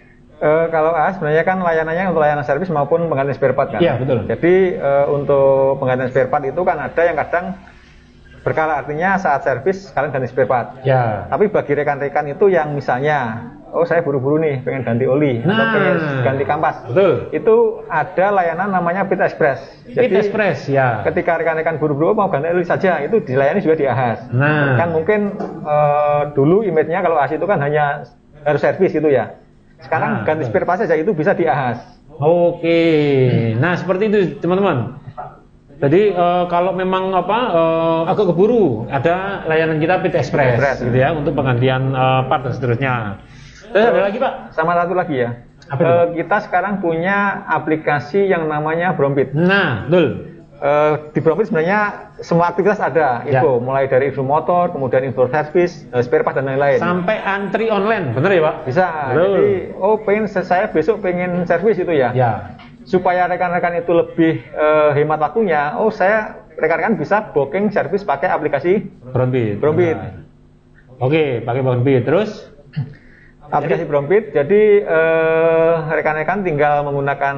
Speaker 3: Uh, kalau A S sebenarnya kan layanannya untuk layanan servis maupun penggantian spare part kan.
Speaker 2: Iya betul.
Speaker 3: Jadi uh, untuk penggantian spare part itu kan ada yang kadang berkala, artinya saat servis kalian ganti spare part.
Speaker 2: Ya.
Speaker 3: Tapi bagi rekan-rekan itu yang misalnya, oh saya buru-buru nih pengen ganti oli
Speaker 2: nah,
Speaker 3: atau pengen ganti kampas.
Speaker 2: Betul.
Speaker 3: Itu ada layanan namanya Pit Express.
Speaker 2: Pit Express ya.
Speaker 3: Ketika rekan-rekan buru-buru mau ganti oli saja, itu dilayani juga di ahas.
Speaker 2: Nah.
Speaker 3: Kan mungkin uh, dulu image-nya kalau ahas itu kan hanya harus servis gitu ya. Sekarang nah, ganti spare part saja itu bisa di ahas.
Speaker 2: Oke, nah seperti itu teman-teman. Jadi uh, kalau memang apa uh, agak keburu, ada layanan kita Pit Express, Express gitu ya, untuk penggantian uh, part dan seterusnya. Terus ada lagi Pak?
Speaker 3: Sama satu lagi ya.
Speaker 2: Apa itu?
Speaker 3: Uh, kita sekarang punya aplikasi yang namanya Brompit.
Speaker 2: Nah, betul.
Speaker 3: Uh, di Brompit sebenarnya semua aktivitas ada, info, ya. Mulai dari info motor, kemudian info servis, uh, spare part dan lain-lain.
Speaker 2: Sampai antri online, bener ya Pak?
Speaker 3: Bisa. Betul. Jadi, oh pengen saya besok pengen servis itu ya.
Speaker 2: Ya.
Speaker 3: Supaya rekan-rekan itu lebih uh, hemat waktunya, oh saya rekan-rekan bisa booking servis pakai aplikasi
Speaker 2: Brompit.
Speaker 3: Brompit.
Speaker 2: Nah. Oke, pakai Brompit. Terus?
Speaker 3: Aplikasi Brompit. Jadi uh, rekan-rekan tinggal menggunakan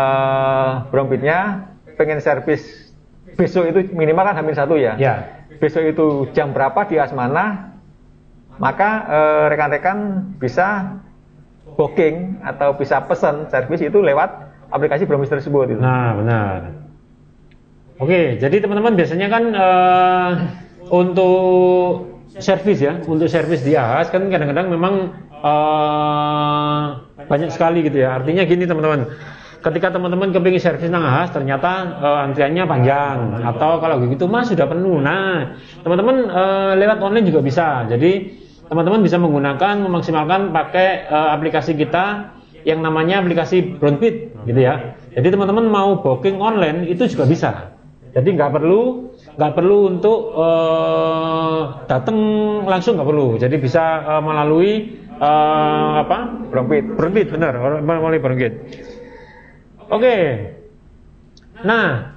Speaker 3: uh, Brompitnya. Pengen servis besok itu minimal kan hampir satu ya.
Speaker 2: Ya.
Speaker 3: Besok itu jam berapa di as mana, maka eh, rekan-rekan bisa booking atau bisa pesan servis itu lewat aplikasi Brompit tersebut. Itu.
Speaker 2: Nah benar. Oke, jadi teman-teman biasanya kan eh, untuk servis ya, untuk servis di A H A S kan kadang-kadang memang uh, banyak sekali gitu ya. Artinya gini teman-teman, ketika teman-teman kepingin servis nang A H A S ternyata uh, antriannya panjang, atau kalau gitu mas sudah penuh. Nah, teman-teman uh, lewat online juga bisa. Jadi teman-teman bisa menggunakan, memaksimalkan pakai uh, aplikasi kita yang namanya aplikasi Brownbit gitu ya. Jadi teman-teman mau booking online itu juga bisa. Jadi nggak perlu nggak perlu untuk uh, datang langsung, nggak perlu. Jadi bisa uh, melalui uh, apa?
Speaker 3: Brownbit.
Speaker 2: Brownbit benar, melalui Brownbit. Oke. Nah,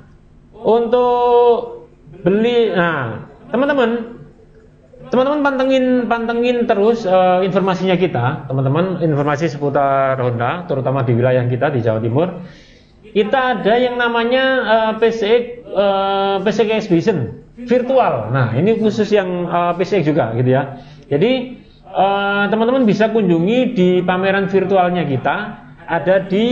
Speaker 2: untuk beli, nah teman-teman, teman-teman pantengin pantengin terus uh, informasinya kita, teman-teman, informasi seputar Honda, terutama di wilayah kita di Jawa Timur. Kita ada yang namanya uh, P C X uh, P C X Exhibition virtual. Nah, ini khusus yang uh, P C X juga gitu ya. Jadi uh, teman-teman bisa kunjungi di pameran virtualnya kita, ada di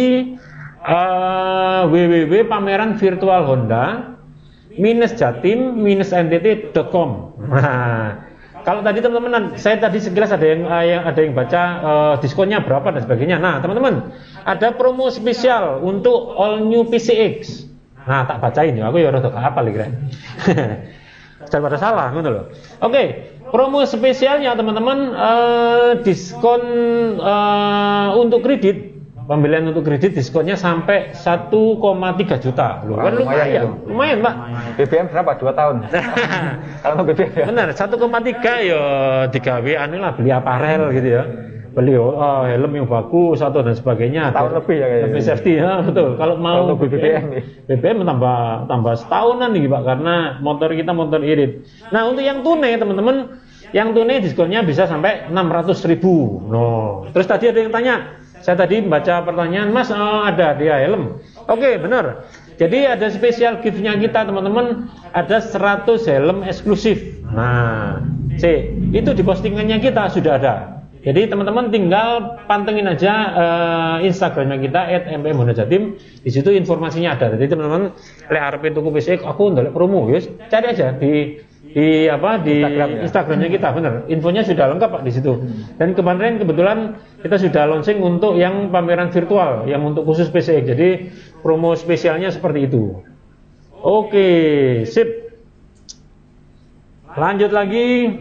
Speaker 2: uh, w w w titik pameran virtual honda minus jatim minus n t t dot com. Nah, kalau tadi teman-teman, saya tadi sekilas ada yang uh, ada yang baca uh, diskonnya berapa dan sebagainya. Nah, teman-teman, ada promo spesial untuk all new P C X. Nah, tak bacain ya, aku ya rada gak hafal iki. Jangan pada salah, ngono loh. Oke, promo spesialnya teman-teman, uh, diskon uh, untuk kredit. Pembelian untuk kredit diskonnya sampai satu koma tiga juta. Loh, kan lumayan. Lumayan, Pak.
Speaker 3: B B M berapa? dua tahun. Kalau untuk B B M ya.
Speaker 2: Benar, satu koma tiga ya digawe anu lah, beli aparel gitu ya. Beli oh, helm yang bagus atau dan sebagainya.
Speaker 3: Tahun lebih ya kayaknya.
Speaker 2: Lebih safety ya, betul. Kalau mau
Speaker 3: B B M,
Speaker 2: B B M tambah tambah setahunan nih, Pak, karena motor kita motor irit. Nah, untuk yang tunai teman-teman, yang tunai diskonnya bisa sampai enam ratus ribu. No. Terus tadi ada yang tanya, saya tadi baca pertanyaan, Mas, oh, ada dia helm. Oke, benar. Jadi ada spesial gift-nya kita, teman-teman, ada seratus helm eksklusif. Nah, C, itu di postingannya kita sudah ada. Jadi teman-teman tinggal pantengin aja uh, Instagramnya kita et m p m honda jatim. Di situ informasinya ada. Jadi teman-teman lek arep tuku P C X, aku ndelok promo, guys. Cari aja di di apa di Instagram, ya? Instagramnya kita, benar. Infonya sudah lengkap, Pak, di situ. Dan kemarin kebetulan kita sudah launching untuk yang pameran virtual, yang untuk khusus P C X. Jadi promo spesialnya seperti itu. Oke, sip. Lanjut lagi.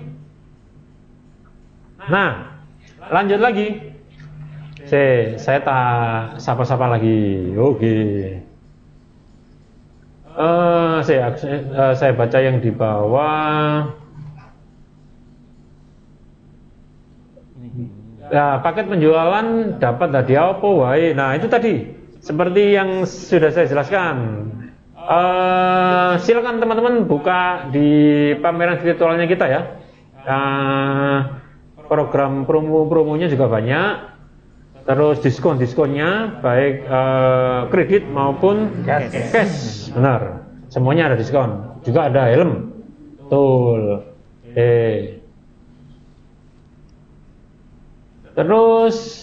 Speaker 2: Nah, lanjut lagi. Saya saya tak sapa-sapa lagi. Oke. Uh, saya, uh, saya baca yang di bawah. Ya, paket penjualan dapat hadiah apa wae. Nah, itu tadi seperti yang sudah saya jelaskan. Uh, silakan teman-teman buka di pameran virtualnya kita ya. Uh, program promo-promonya juga banyak. Terus diskon-diskonnya baik uh, kredit maupun cash. cash. Benar. Semuanya ada diskon. Juga ada helm. Betul. Eh. Terus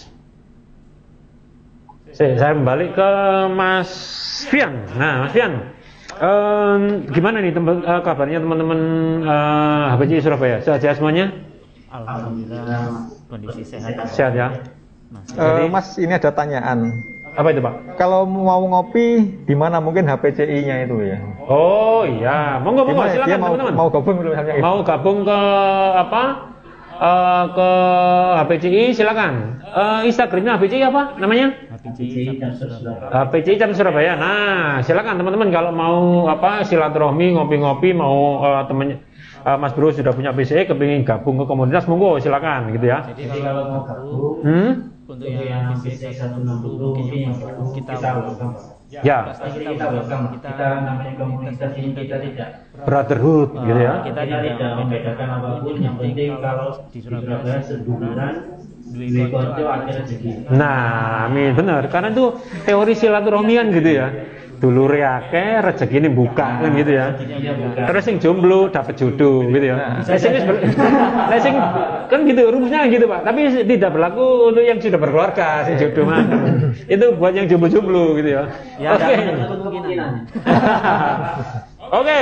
Speaker 2: saya, saya kembali ke Mas Fian. Nah, Mas Fian, um, gimana nih tem- uh, kabarnya teman-teman uh, H P C I Surabaya? Sehat-sehat semuanya?
Speaker 5: Alhamdulillah, kondisi sehat.
Speaker 2: Sehat ya.
Speaker 3: Mas, uh, Mas, ini ada tanyaan.
Speaker 2: Apa itu, Pak?
Speaker 3: Kalau mau ngopi di mana mungkin H P C I-nya itu ya?
Speaker 2: Oh iya, monggo monggo silakan
Speaker 3: dia mau,
Speaker 2: teman-teman.
Speaker 3: Mau gabung misalnya gitu.
Speaker 2: Mau gabung ke apa? Uh, ke H P C I silakan. Uh, Instagramnya H P C I apa namanya?
Speaker 5: H P C I Surabaya.
Speaker 2: H P C I Cabang Surabaya. Nah, silakan teman-teman kalau mau apa silaturahmi ngopi-ngopi, mau uh, temennya uh, Mas Bro sudah punya P C I kepingin gabung ke komunitas, monggo silakan gitu ya.
Speaker 5: Jadi kalau mau gabung, hmm? untuk yang P C I seratus enam puluh mungkin yang kita
Speaker 2: ya.
Speaker 5: Pasti kita welcome. Kita namanya komunitas ini kita tidak
Speaker 2: brotherhood uh, gitu ya.
Speaker 5: Kita tidak membedakan apapun, yang penting kalau di Surabaya seduluran duwe konco ada rezeki.
Speaker 2: Nah, amin, benar. Karena itu teori silaturahmi kan gitu ya. Dulure akeh, rezekine buka kan gitu ya. Terus sing jomblo dapat jodoh gitu ya. Lah sing lah sing kan gitu rumusnya gitu, Pak. Tapi tidak berlaku untuk yang sudah berkeluarga, sing jodoh mah. Itu buat yang jomblo-jomblo gitu ya. Oke.
Speaker 5: Kemungkinan.
Speaker 2: Oke.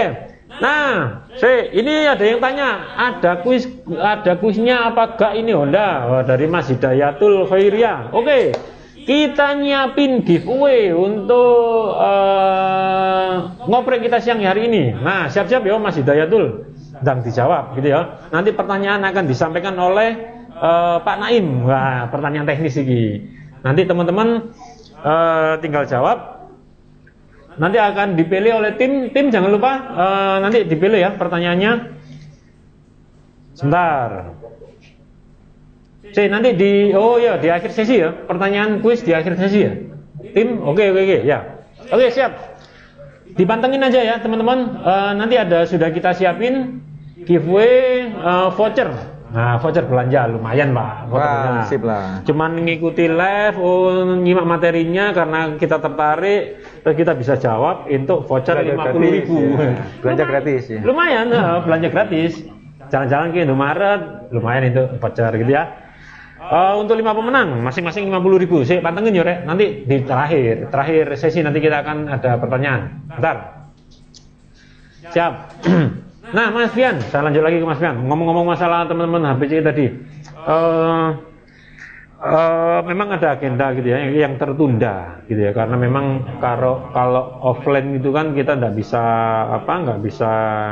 Speaker 2: Nah, si, ini ada yang tanya, ada kuis, ada kuisnya apa gak ini Honda? Oh, dari Mas Hidayatul Khairia. Oke, kita nyiapin giveaway untuk uh, ngoprek kita siang hari ini. Nah, siap-siap ya Mas Hidayatul, sedang dijawab gitu ya. Nanti pertanyaan akan disampaikan oleh uh, Pak Naim. Wah, pertanyaan teknis ini. Nanti teman-teman uh, tinggal jawab. Nanti akan dipilih oleh tim, tim jangan lupa uh, nanti dipilih ya pertanyaannya. Sebentar. C, nanti di, oh ya di akhir sesi ya, pertanyaan kuis di akhir sesi ya. Tim, oke okay, oke okay, oke okay, ya. Oke okay, siap. Dipantengin aja ya teman-teman. Uh, nanti ada sudah kita siapin giveaway uh, voucher. Nah, voucher belanja lumayan Pak.
Speaker 3: Wah, sip lah.
Speaker 2: Cuman ngikuti live, oh, nyimak materinya karena kita tertarik, terus kita bisa jawab untuk voucher lima puluh ribu.
Speaker 3: Ya. Belanja gratis ya.
Speaker 2: Lumayan, uh, belanja gratis. Jalan-jalan ke Indomaret, lumayan itu voucher gitu ya. Uh, untuk lima pemenang, masing-masing lima puluh ribu. Saya pantengin ya, Rek. Nanti di terakhir, terakhir sesi nanti kita akan ada pertanyaan. Bentar. Siap. Nah, Mas Fian, saya lanjut lagi ke Mas Fian. Ngomong-ngomong masalah teman-teman H P C I tadi, uh, uh, memang ada agenda gitu ya, yang tertunda gitu ya, karena memang kalau kalau offline itu kan kita nggak bisa apa, nggak bisa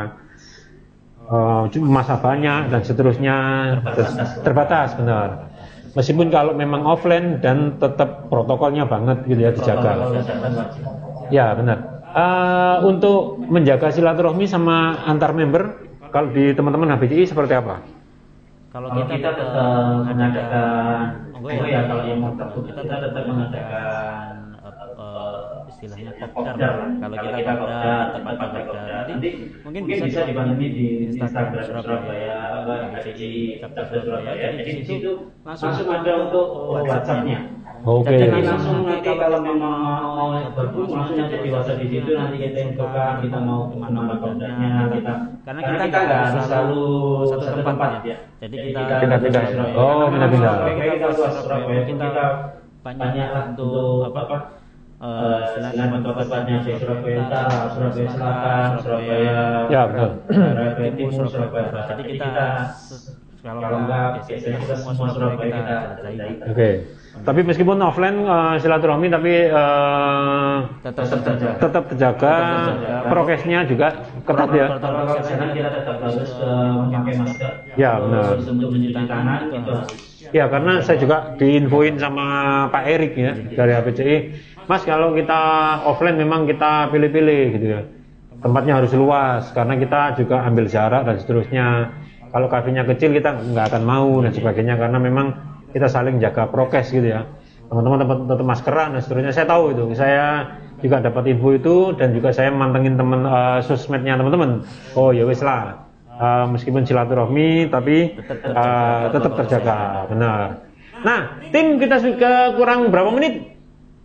Speaker 2: uh, masa banyak dan seterusnya, terbatas, terbatas benar. Meskipun kalau memang offline dan tetap protokolnya banget gitu ya dijaga. Ya benar. Uh, untuk menjaga silaturahmi sama antar member, kalau di teman-teman H B C I seperti apa?
Speaker 5: Kalau kita, kita tetap mengadakan, oh ya, ya kalau yang mau tertutup kita tetap mengadakan uh, istilahnya kopdar. Kalau kita kopdar, tempat kopdar. Nanti mungkin bisa dibantu di Instagram Surabaya, H B C I, Kapten Surabaya. Jadi di situ langsung ada untuk WhatsApp-nya.
Speaker 2: Oke.
Speaker 5: Okay. Jadi langsung nanti kalau memang mau berkumpul langsung aja di WhatsApp di situ, nanti kita infokan kita mau kemana kodenya kita, karena kita nggak selalu satu tempat ya. Jadi kita
Speaker 3: pindah-pindah.
Speaker 2: Oh, pindah-pindah.
Speaker 5: Kita luas Surabaya, kita banyak untuk apa? Selain tempat-tempatnya di Surabaya Utara, Surabaya Selatan, Surabaya,
Speaker 2: ya betul.
Speaker 5: Surabaya Timur, Surabaya. Jadi kita kalau enggak biasanya semua Surabaya kita jelajahi.
Speaker 2: Oke. Tapi meskipun offline uh, silaturahmi tapi uh,
Speaker 5: tetap terjaga,
Speaker 2: tetap terjaga, prokesnya juga ketat ya.
Speaker 5: Protokol kesehatan kita tetap harus memakai masker.
Speaker 2: Ya benar.
Speaker 5: Untuk mencuci tangan itu.
Speaker 2: Ya karena saya juga diinfoin sama Pak Erik ya dari H B C I, Mas kalau kita offline memang kita pilih-pilih gitu ya. Tempatnya harus luas karena kita juga ambil jarak dan seterusnya. Kalau kafenya kecil kita nggak akan mau dan sebagainya karena memang kita saling jaga prokes gitu ya. Teman-teman tetap, tetap maskeran dan seterusnya. Saya tahu itu. Saya juga dapat info itu dan juga saya mantengin teman uh, sosmednya teman-teman. Oh ya wis lah. Uh, meskipun silaturahmi tapi uh, tetap terjaga. Benar. Nah, tim kita sudah kurang berapa menit?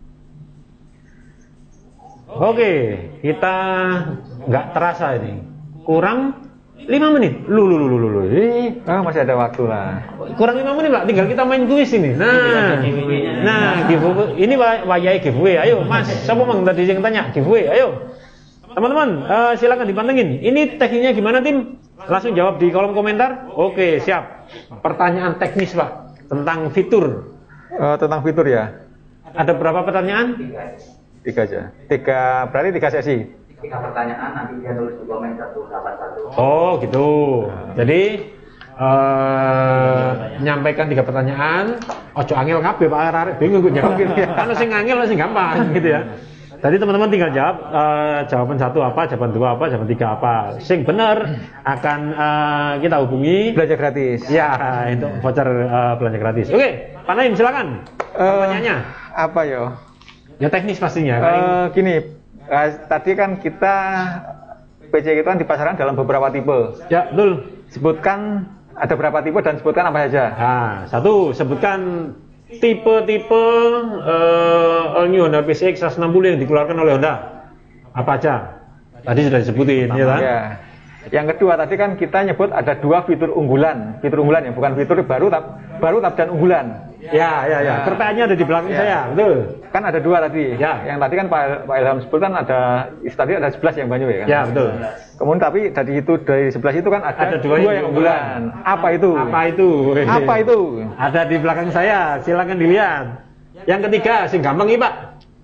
Speaker 2: Oke, kita nggak terasa ini. Kurang lima menit. Lu lu lu lu lu. Eh,
Speaker 3: ah, masih ada waktu lah.
Speaker 2: Kurang lima menit, Pak. Tinggal kita main kuis ini. Nah. Nah, giveaway. Ini wayai giveaway. Ayo, Mas. Siapa mang tadi yang tanya giveaway? Ayo. Teman-teman, uh, silakan dipantengin. Ini tekniknya gimana, tim? Langsung jawab di kolom komentar. Oke, siap. Pertanyaan teknis, Pak, tentang fitur.
Speaker 3: Uh, tentang fitur ya.
Speaker 2: Ada berapa pertanyaan?
Speaker 3: Tiga aja. Tiga, berarti tiga sesi.
Speaker 6: Tiga pertanyaan nanti dia tulis di komen satu dapat satu.
Speaker 2: Oh gitu. Jadi uh, menyampaikan tiga pertanyaan. Ojo angel kabeh Pak Arek bingung kok jawab gitu ya. Kan sing angel sing gampang gitu ya. Tadi teman-teman tinggal jawab uh, jawaban satu apa, jawaban dua apa, jawaban tiga apa. Sing benar akan uh, kita hubungi
Speaker 3: belanja gratis.
Speaker 2: Ya, untuk voucher uh, belanja gratis. Oke, Pak Naim silakan. Pertanyaannya.
Speaker 3: Uh, apa yo?
Speaker 2: Ya teknis pastinya.
Speaker 3: Uh, gini. Nah, tadi kan kita P C itu kan dipasarkan dalam beberapa tipe.
Speaker 2: Ya, betul.
Speaker 3: Sebutkan ada berapa tipe dan sebutkan apa saja.
Speaker 2: Nah, satu sebutkan tipe-tipe uh, All New Honda P C X seratus enam puluh yang dikeluarkan oleh Honda. Apa aja? Tadi sudah disebutin, ya kan? Ya.
Speaker 3: Yang kedua tadi kan kita nyebut ada dua fitur unggulan, fitur unggulan ya, bukan fitur baru tapi baru tapi dan unggulan.
Speaker 2: Ya, ya, ya. Kertanya ada di belakang ya. Saya, betul.
Speaker 3: Kan ada dua tadi.
Speaker 2: Ya.
Speaker 3: Yang tadi kan Pak, Pak Ilham sebut kan ada tadi ada sebelas yang banyak ya kan.
Speaker 2: Ya, betul.
Speaker 3: Kemudian tapi dari itu dari sebelas itu kan ada,
Speaker 2: ada dua,
Speaker 3: dua
Speaker 2: yang,
Speaker 3: yang unggulan. Apa itu?
Speaker 2: Apa itu?
Speaker 3: Apa itu?
Speaker 2: Ada di belakang saya. Silakan dilihat. Yang ketiga, sing gampang nih Pak.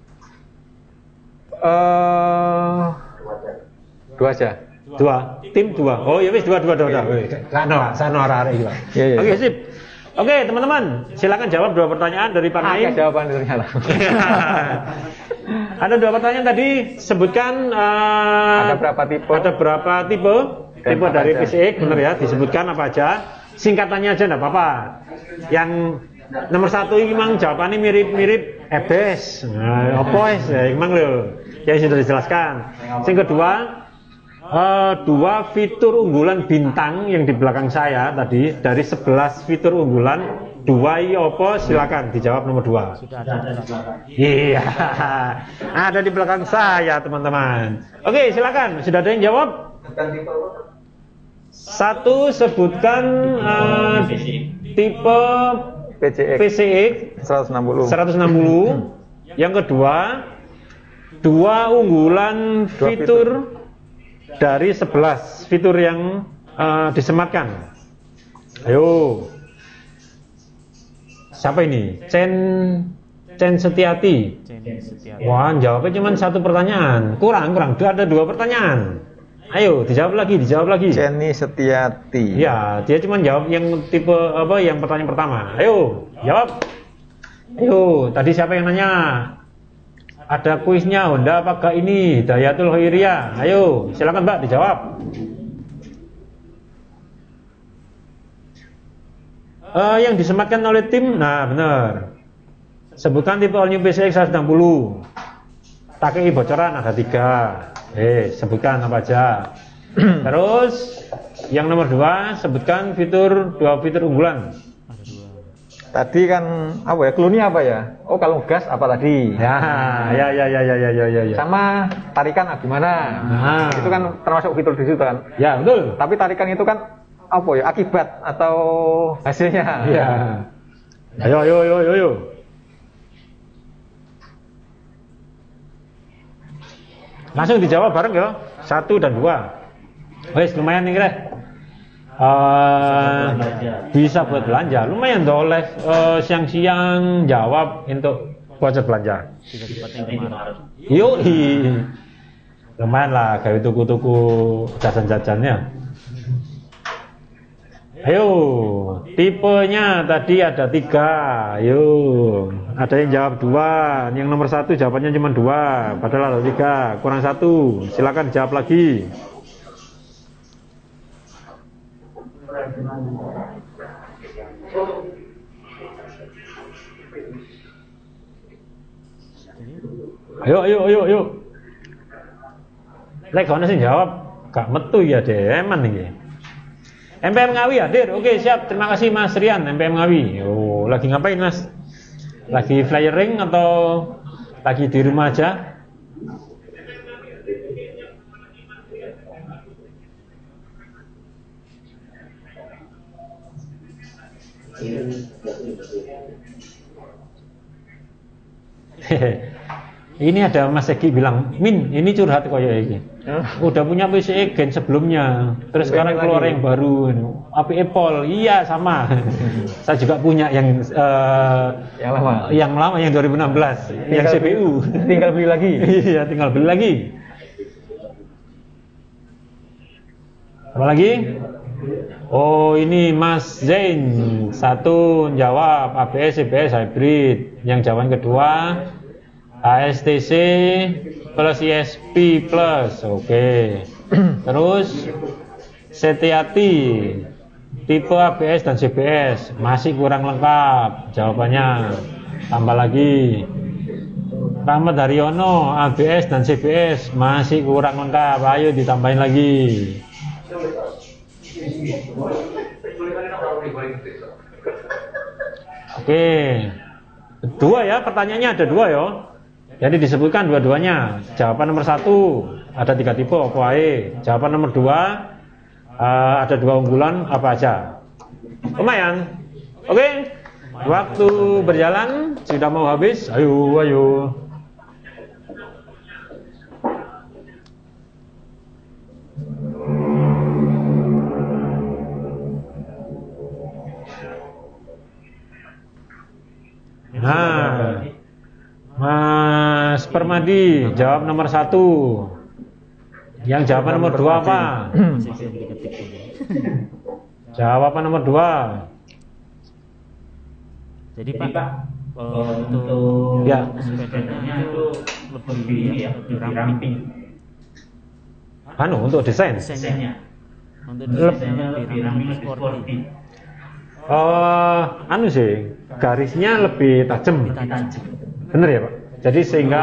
Speaker 3: Eh, uh, dua aja.
Speaker 2: Dua, tim dua. Oh ya wis dua dua dua. Sano, sano arah-arah itu. Oke sip. Oke teman-teman, silakan jawab dua pertanyaan dari Pak Naim.
Speaker 3: Ada jawaban ternyata.
Speaker 2: Ada dua pertanyaan tadi. Sebutkan. Uh,
Speaker 3: ada berapa tipe?
Speaker 2: Ada berapa tipe? Dan tipe dari P C X, benar ya? Disebutkan apa aja? Singkatannya aja enggak apa-apa. Yang nomor satu ini memang jawabannya mirip-mirip E B E S. Nah, apa ya? Memang loh. Ya sudah dijelaskan. Yang kedua. Uh, dua fitur unggulan bintang yang di belakang saya tadi dari sebelas fitur unggulan dua i opo silakan dijawab nomor dua. Iya, ada di belakang saya teman-teman. Oke silakan, sudah ada yang jawab? Satu sebutkan uh, tipe
Speaker 3: P C X,
Speaker 2: P C X
Speaker 3: seratus enam puluh.
Speaker 2: seratus enam puluh. Yang kedua dua unggulan
Speaker 3: dua
Speaker 2: fitur,
Speaker 3: fitur
Speaker 2: dari sebelas fitur yang uh, disematkan. Ayo. Siapa ini? Chen Chen Setiati. Wah, jawabnya cuma satu pertanyaan. Kurang, kurang. Ada dua pertanyaan. Ayo, dijawab lagi, dijawab lagi.
Speaker 3: Ceni Setiati.
Speaker 2: Ya, dia cuma jawab yang tipe apa? Yang pertanyaan pertama. Ayo, jawab. Ayo, tadi siapa yang nanya? Ada kuisnya, Honda apakah ini Hidayatul Khairiyah? Ayo, silakan Mbak dijawab. Uh, yang disematkan oleh tim, nah benar. Sebutkan tipe all new P C X seratus enam puluh. T K I bocoran ada tiga. Eh, sebutkan apa aja. Terus yang nomor dua, sebutkan fitur dua fitur unggulan.
Speaker 3: Tadi kan apa ya? Clue-nya apa ya? Oh, kalau gas apa tadi?
Speaker 2: Ya, ya, ya, ya, ya, ya, ya, ya.
Speaker 3: Sama tarikan ah, gimana?
Speaker 2: Nah.
Speaker 3: Itu kan termasuk fitur di situ kan?
Speaker 2: Ya, betul.
Speaker 3: Tapi tarikan itu kan apa ya? Akibat atau hasilnya?
Speaker 2: Ya. Ayo, ayo, ayo, ayo, ayo. Langsung dijawab bareng ya. Satu dan dua. Wes lumayan nih, Kira. Uh, bisa buat belanja, lumayan dong oleh uh, siang-siang jawab untuk voucher belanja. Yuk, lumayan lah kayak tuku-tuku jajan-jajannya. Ayo, tipenya tadi ada tiga. Ayo, ada yang jawab dua, yang nomor satu jawabannya cuma dua, padahal ada tiga, kurang satu. Silakan jawab lagi. Ayo, ayo, ayo, ayo. Lek kono sing jawab, gak metu ya deh, eman nih. M P M Ngawi hadir, oke siap, terima kasih Mas Rian, M P M Ngawi. Oh, lagi ngapain Mas? Lagi flyering atau lagi di rumah aja? Ini ada Mas Egi bilang, Min, ini curhat koyo iki. Udah punya P C X gen sebelumnya, terus sekarang keluar yang baru, A P Apple, iya sama. Saya juga punya yang uh,
Speaker 3: yang lama,
Speaker 2: yang lama yang dua ribu enam belas, tinggal yang C P U.
Speaker 3: Tinggal beli lagi.
Speaker 2: Iya, tinggal beli lagi. Apa lagi? Oh ini Mas Zain satu jawab A B S C B S hybrid, yang jawaban kedua A S T C plus I S P plus, oke. Okay. Terus Setiati tipe A B S dan C B S masih kurang lengkap jawabannya, tambah lagi. Rahmat Haryono A B S dan C B S masih kurang lengkap, ayo ditambahin lagi. Oke, dua ya, pertanyaannya ada dua ya. Jadi disebutkan dua-duanya. Jawaban nomor satu ada tiga tipe, Oppo A E. Jawaban nomor dua uh, ada dua unggulan apa aja. Lumayan. Oke. Okay. Waktu berjalan sudah mau habis. Ayo, ayo. Nah, Mas Permadi jawab nomor satu. Yang jawaban nomor dua apa? Jawaban nomor dua.
Speaker 5: Jadi Pak, untuk
Speaker 2: ya,
Speaker 5: sepedanya itu lebih ya, lebih ramping.
Speaker 2: Anu untuk desain.
Speaker 5: Desainnya. Untuk desainnya lebih ramping sporty.
Speaker 2: Uh, anu sih, garisnya lebih tajam. Bener ya Pak? Jadi sehingga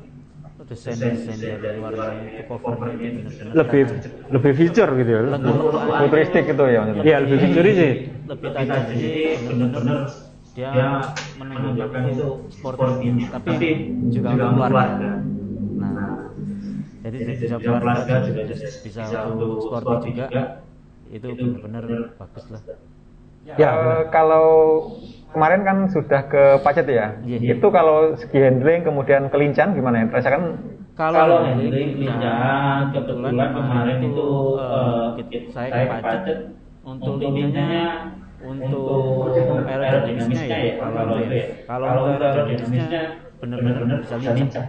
Speaker 5: desain-desain dari luar itu cover
Speaker 2: lebih lebih feature gitu ya.
Speaker 3: Futuristik itu ya.
Speaker 2: Iya, lebih feature sih.
Speaker 5: Lebih tajam jadi benar-benar dia menunjukkan itu sporty tapi juga untuk keluarga. Nah, jadi bisa keluarga juga bisa untuk sporty juga. Itu benar-benar bagus lah.
Speaker 3: Ya, uh, kalau kemarin kan sudah ke Pacet ya.
Speaker 5: Yeah.
Speaker 3: Itu kalau segi handling kemudian kelincahan gimana ya? Rasakan
Speaker 5: kalau handling lincah kebetulan kemarin itu uh, saya ke Pacet untuk lincahnya untuk aerodinamisnya ya kalau itu ya. Kalau aerodinamisnya benar-benar bisa lincah.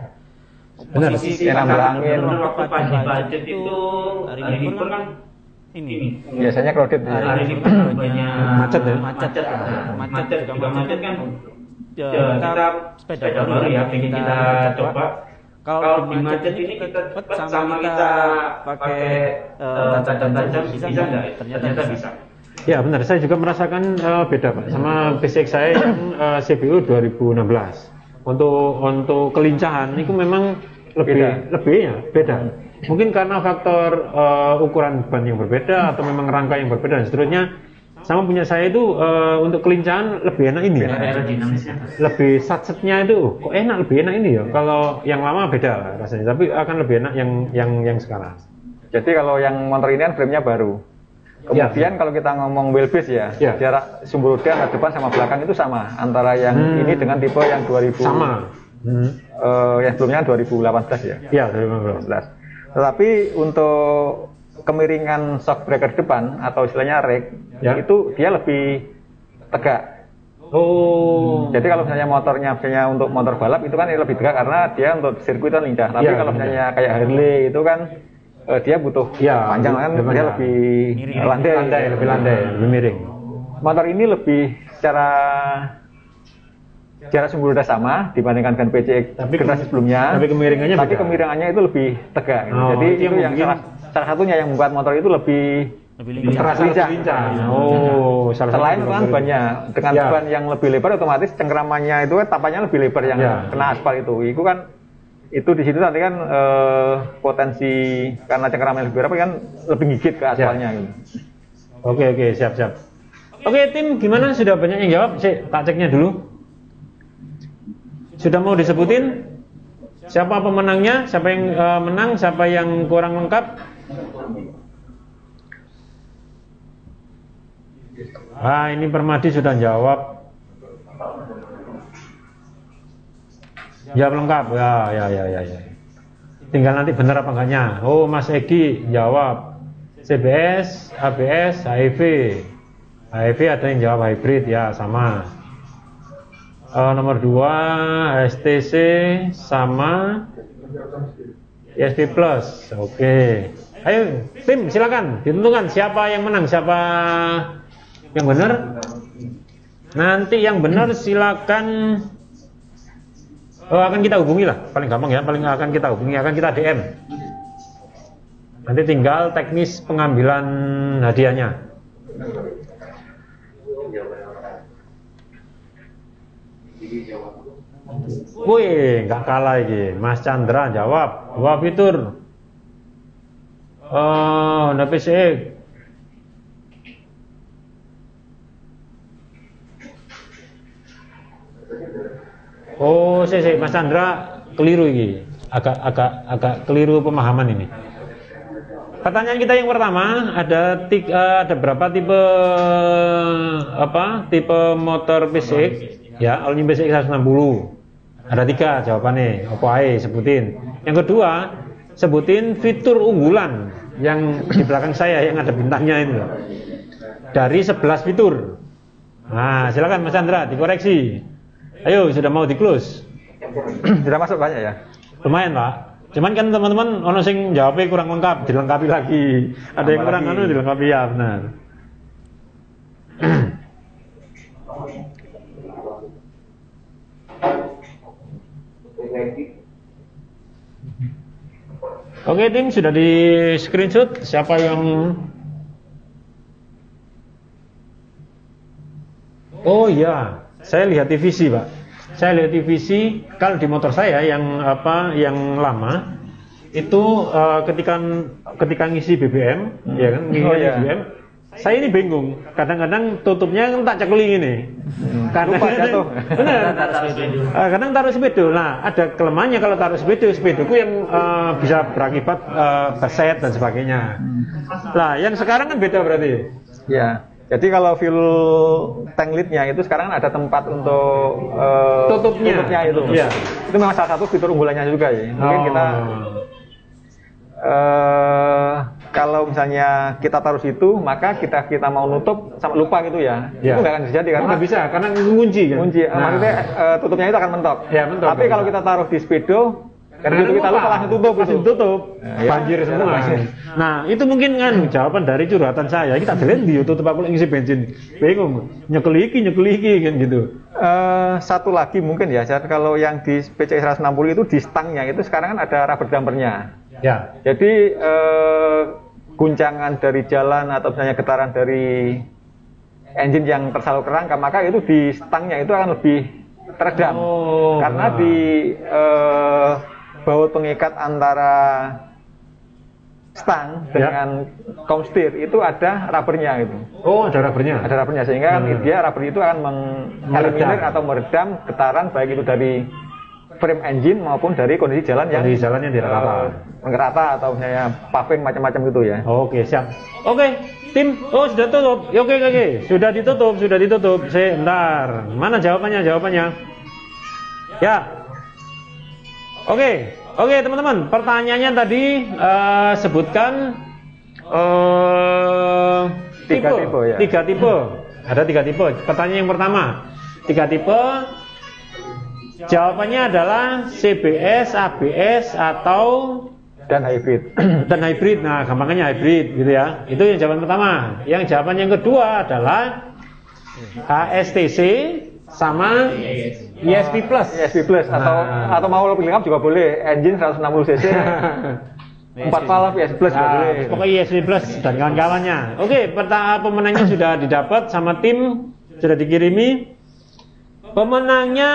Speaker 3: Posisi nambah angin
Speaker 5: waktu Pacet itu hari libur kan ini
Speaker 3: biasanya crowded ya.
Speaker 5: Hari ini banyak
Speaker 2: macet ya.
Speaker 5: Macet, macet juga macet kan. Ya, kita sepeda baru ya, ingin kita coba. Kalau di macet ini kita sama kita pakai tajam-tajam bisa nggak? Ternyata bisa.
Speaker 2: Ya benar, saya juga merasakan uh, beda Pak sama P C X saya yang uh, C B U dua ribu enam belas. Untuk untuk kelincahan itu memang lebih
Speaker 3: beda.
Speaker 2: lebih ya beda. Mungkin karena faktor uh, ukuran ban yang berbeda atau memang rangka yang berbeda dan seterusnya. Sama punya saya itu uh, untuk kelincahan lebih enak ini ya. Lebih satsetnya itu kok enak lebih enak ini ya. Kalau yang lama beda rasanya, tapi akan lebih enak yang yang yang sekarang.
Speaker 3: Jadi kalau yang motor ini kan frame-nya baru. Kemudian ya, kalau kita ngomong wheelbase ya, ya, jarak sumber udara depan sama belakang itu sama antara yang hmm. ini dengan tipe yang dua ribu
Speaker 2: sama. Hmm.
Speaker 3: Uh, yang sebelumnya dua ribu delapan belas ya.
Speaker 2: Iya, dua ribu delapan belas.
Speaker 3: Tetapi untuk kemiringan shock breaker depan atau istilahnya rake ya, itu dia lebih tegak.
Speaker 2: Oh.
Speaker 3: Jadi kalau misalnya motornya misalnya untuk motor balap itu kan lebih tegak karena dia untuk sirkuit kan lincah. Tapi ya, kalau misalnya ya, kayak Harley itu kan uh, dia butuh ya, panjang kan dia ya, lebih
Speaker 2: miring. landai, landai, lebih landai, lebih miring.
Speaker 3: Motor ini lebih secara jarak sumber udara sama dibandingkan dengan P C X tapi generasi sebelumnya.
Speaker 2: Tapi kemiringannya
Speaker 3: tapi
Speaker 2: beda.
Speaker 3: kemiringannya itu lebih tegak.
Speaker 2: Oh,
Speaker 3: jadi itu yang
Speaker 2: mungkin...
Speaker 3: salah, salah satunya yang membuat motor itu lebih
Speaker 5: lebih lincah.
Speaker 3: lincah.
Speaker 2: lincah. Oh, salah
Speaker 3: selain kan bannya dengan
Speaker 2: ya,
Speaker 3: ban yang lebih lebar otomatis cengkramannya itu kan tapannya lebih lebar yang ya, kena aspal itu. Itu kan itu di situ nanti kan eh, potensi karena cengkramannya lebih lebar kan lebih gigit ke aspalnya. Ya. Gitu.
Speaker 2: Oke oke siap siap. Oke tim gimana sudah banyak yang jawab? Sih tak ceknya dulu. Sudah mau disebutin siapa pemenangnya, siapa yang uh, menang, siapa yang kurang lengkap? Ah ini Permadi sudah jawab. Jawab lengkap ya ya ya ya ya. Tinggal nanti benar apa enggaknya. Oh Mas Egi jawab C B S, A B S, H I V. H I V ada yang jawab hybrid ya sama. Uh, nomor dua H T C sama E S P Plus. Oke okay. Ayo tim silakan ditentukan siapa yang menang, siapa yang benar. Nanti yang benar silakan oh, akan kita hubungi lah, paling gampang ya, paling akan kita hubungi, akan kita D M. Nanti tinggal teknis pengambilan hadiahnya. Wih, nggak kalah lagi. Mas Chandra jawab dua fitur. Oh, Honda P C X. Oh, sih, sih, Mas Chandra keliru ini. Agak, agak, agak keliru pemahaman ini. Pertanyaan kita yang pertama, ada tiga, ada berapa tipe apa? Tipe motor P C X? Ya, all new P C X seratus enam puluh. Ada tiga jawabannya. Apa ae sebutin. Yang kedua, sebutin fitur unggulan yang di belakang saya yang ada bintangnya itu. Dari sebelas fitur. Nah, silakan Mas Chandra dikoreksi. Ayo, sudah mau di close.
Speaker 3: Sudah masuk banyak ya?
Speaker 2: Lumayan, Pak. Cuman kan teman-teman ono sing jawabnya kurang lengkap, dilengkapi lagi. Ada yang kurang anu dilengkapi ya, benar. Oke, tim sudah di screenshot. Siapa yang Oh iya, saya lihat T V C, Pak. Saya lihat T V C kalau di motor saya yang apa yang lama itu uh, ketika ketika ngisi B B M, hmm. ya kan, ngisi oh, iya. B B M, saya ini bingung. Kadang-kadang tutupnya kan tak cekling ini. Hmm. Kadang Lupa jatuh. Benar. uh, kadang taruh spidol. Nah, ada kelemahannya kalau taruh spidol, spidolku yang uh, bisa berakibat uh, keset dan sebagainya. Nah, yang sekarang kan beda berarti. Ya. Jadi kalau fuel tank lead-nya itu sekarang ada tempat untuk uh, tutupnya. tutupnya itu. Ya. Itu memang salah satu fitur unggulannya juga ya. Mungkin oh. kita uh, kalau misalnya kita taruh situ, maka kita kita mau nutup sama lupa gitu ya. ya. Itu nggak akan terjadi karena nggak bisa karena ngunci kan. Ngunci. Nah. Maksudnya uh, tutupnya itu akan mentok. Ya, mentok. Tapi kalau kita taruh di speedo, karena kita lupa langsung tutup, langsung tutup, ya, banjir ya, semua. Ya, nah, itu mungkin kan jawaban dari curhatan saya. Kita delen di tutup aku ngisi bensin, bingung, nyekeliki, nyekeliki kan gitu. Uh, satu lagi mungkin ya, kalau yang di P C X seratus enam puluh itu di stangnya itu sekarang kan ada rubber dampernya. Ya. Jadi uh, guncangan dari jalan atau misalnya getaran dari engine yang tersalur ke rangka, maka itu di stangnya itu akan lebih teredam. Oh, karena nah. di uh, baut pengikat antara stang dengan ya. komstir itu ada rubbernya gitu. Oh, ada rubbernya. Ada rubbernya sehingga hmm. kan dia rubber itu akan mengeliminir atau meredam getaran baik itu dari frame engine maupun dari kondisi jalan yang kondisi jalannya tidak rata, uh, rata atau misalnya paving macam-macam gitu ya. Oke, siap. Oke, tim. Oh, sudah tutup. Oke, oke, oke. Sudah ditutup, sudah ditutup. Sebentar. Mana jawabannya? Jawabannya. Ya. Oke, oke teman-teman, pertanyaannya tadi uh, sebutkan uh, tiga tipe, tipe ya. Tiga tipe. Ada tiga tipe. Pertanyaan yang pertama, tiga tipe. Jawabannya adalah C B S, A B S atau dan hybrid. Dan hybrid. Nah, gampangnya hybrid gitu ya. Itu yang jawaban pertama. Yang jawaban yang kedua adalah H S T C sama E S P plus, E S P plus atau nah. atau mau lebih lengkap juga boleh. Engine seratus enam puluh cc, empat valve E S P plus juga boleh. Pokoknya E S P plus dan kawan-kawannya. Oke, pertanyaan pemenangnya sudah didapat sama tim, sudah dikirimi. Pemenangnya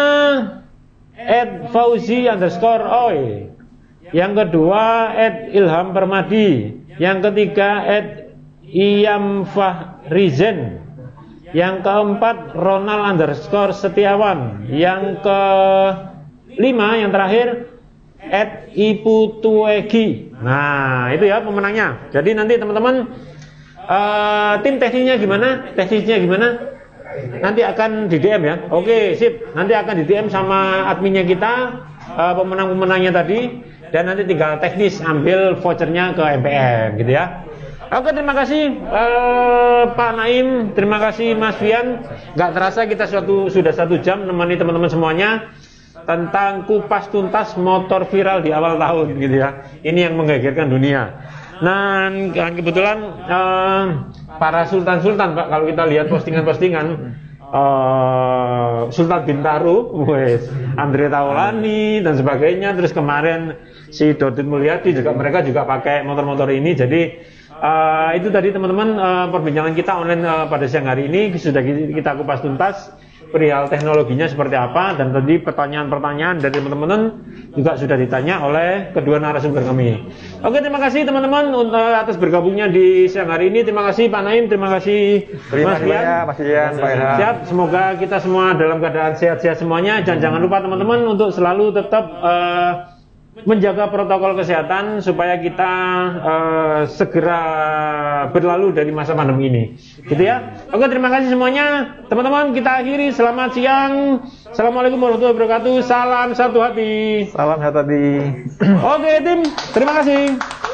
Speaker 2: Ed Fauzi underscore Oi. Yang kedua Ed Ilham Permadi. Yang ketiga Ed Iyam Fahrizen. Yang keempat Ronald underscore Setiawan. Yang kelima yang terakhir Ed Iputuegi. Nah itu ya pemenangnya. Jadi nanti teman-teman uh, tim teknisnya gimana? Teknisnya gimana? Nanti akan di D M ya. Oke sip. Nanti akan di D M sama adminnya kita uh, pemenang-pemenangnya tadi. Dan nanti tinggal teknis ambil vouchernya ke M P M gitu ya. Oke, terima kasih uh, Pak Naim, terima kasih Mas Fian. Gak terasa kita suatu, sudah satu jam menemani teman-teman semuanya tentang kupas tuntas motor viral di awal tahun gitu ya. Ini yang menggegerkan dunia. Nah, kebetulan uh, para sultan-sultan Pak, kalau kita lihat postingan-postingan uh, Sultan Bintaro, wes, Andre Taulani dan sebagainya. Terus kemarin si Dodit Mulyadi juga, mereka juga pakai motor-motor ini. Jadi Uh, itu tadi teman-teman uh, perbincangan kita online uh, pada siang hari ini sudah kita kupas tuntas perihal teknologinya seperti apa, dan tadi pertanyaan-pertanyaan dari teman-teman juga sudah ditanya oleh kedua narasumber kami. Oke, terima kasih teman-teman uh, atas bergabungnya di siang hari ini. Terima kasih Pak Naim, terima kasih terima Mas Fian. Mas Fian, Pak Ilham. Siap, semoga kita semua dalam keadaan sehat-sehat semuanya. Dan jangan lupa teman-teman untuk selalu tetap uh, menjaga protokol kesehatan supaya kita uh, segera berlalu dari masa pandemi ini, gitu ya. Oke, terima kasih semuanya, teman-teman. Kita akhiri. Selamat siang. Assalamualaikum warahmatullahi wabarakatuh. Salam satu hati.
Speaker 3: Salam satu hati.
Speaker 2: Oke, tim. Terima kasih.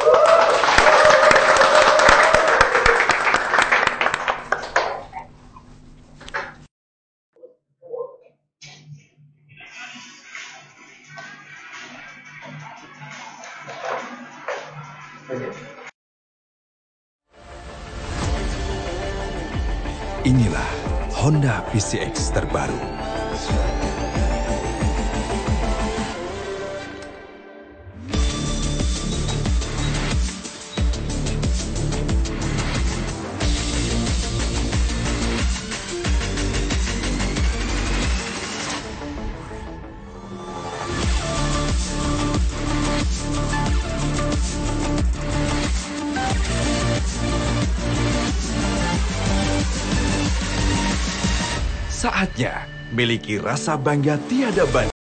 Speaker 1: Inilah Honda P C X terbaru. Saatnya miliki rasa bangga tiada banding.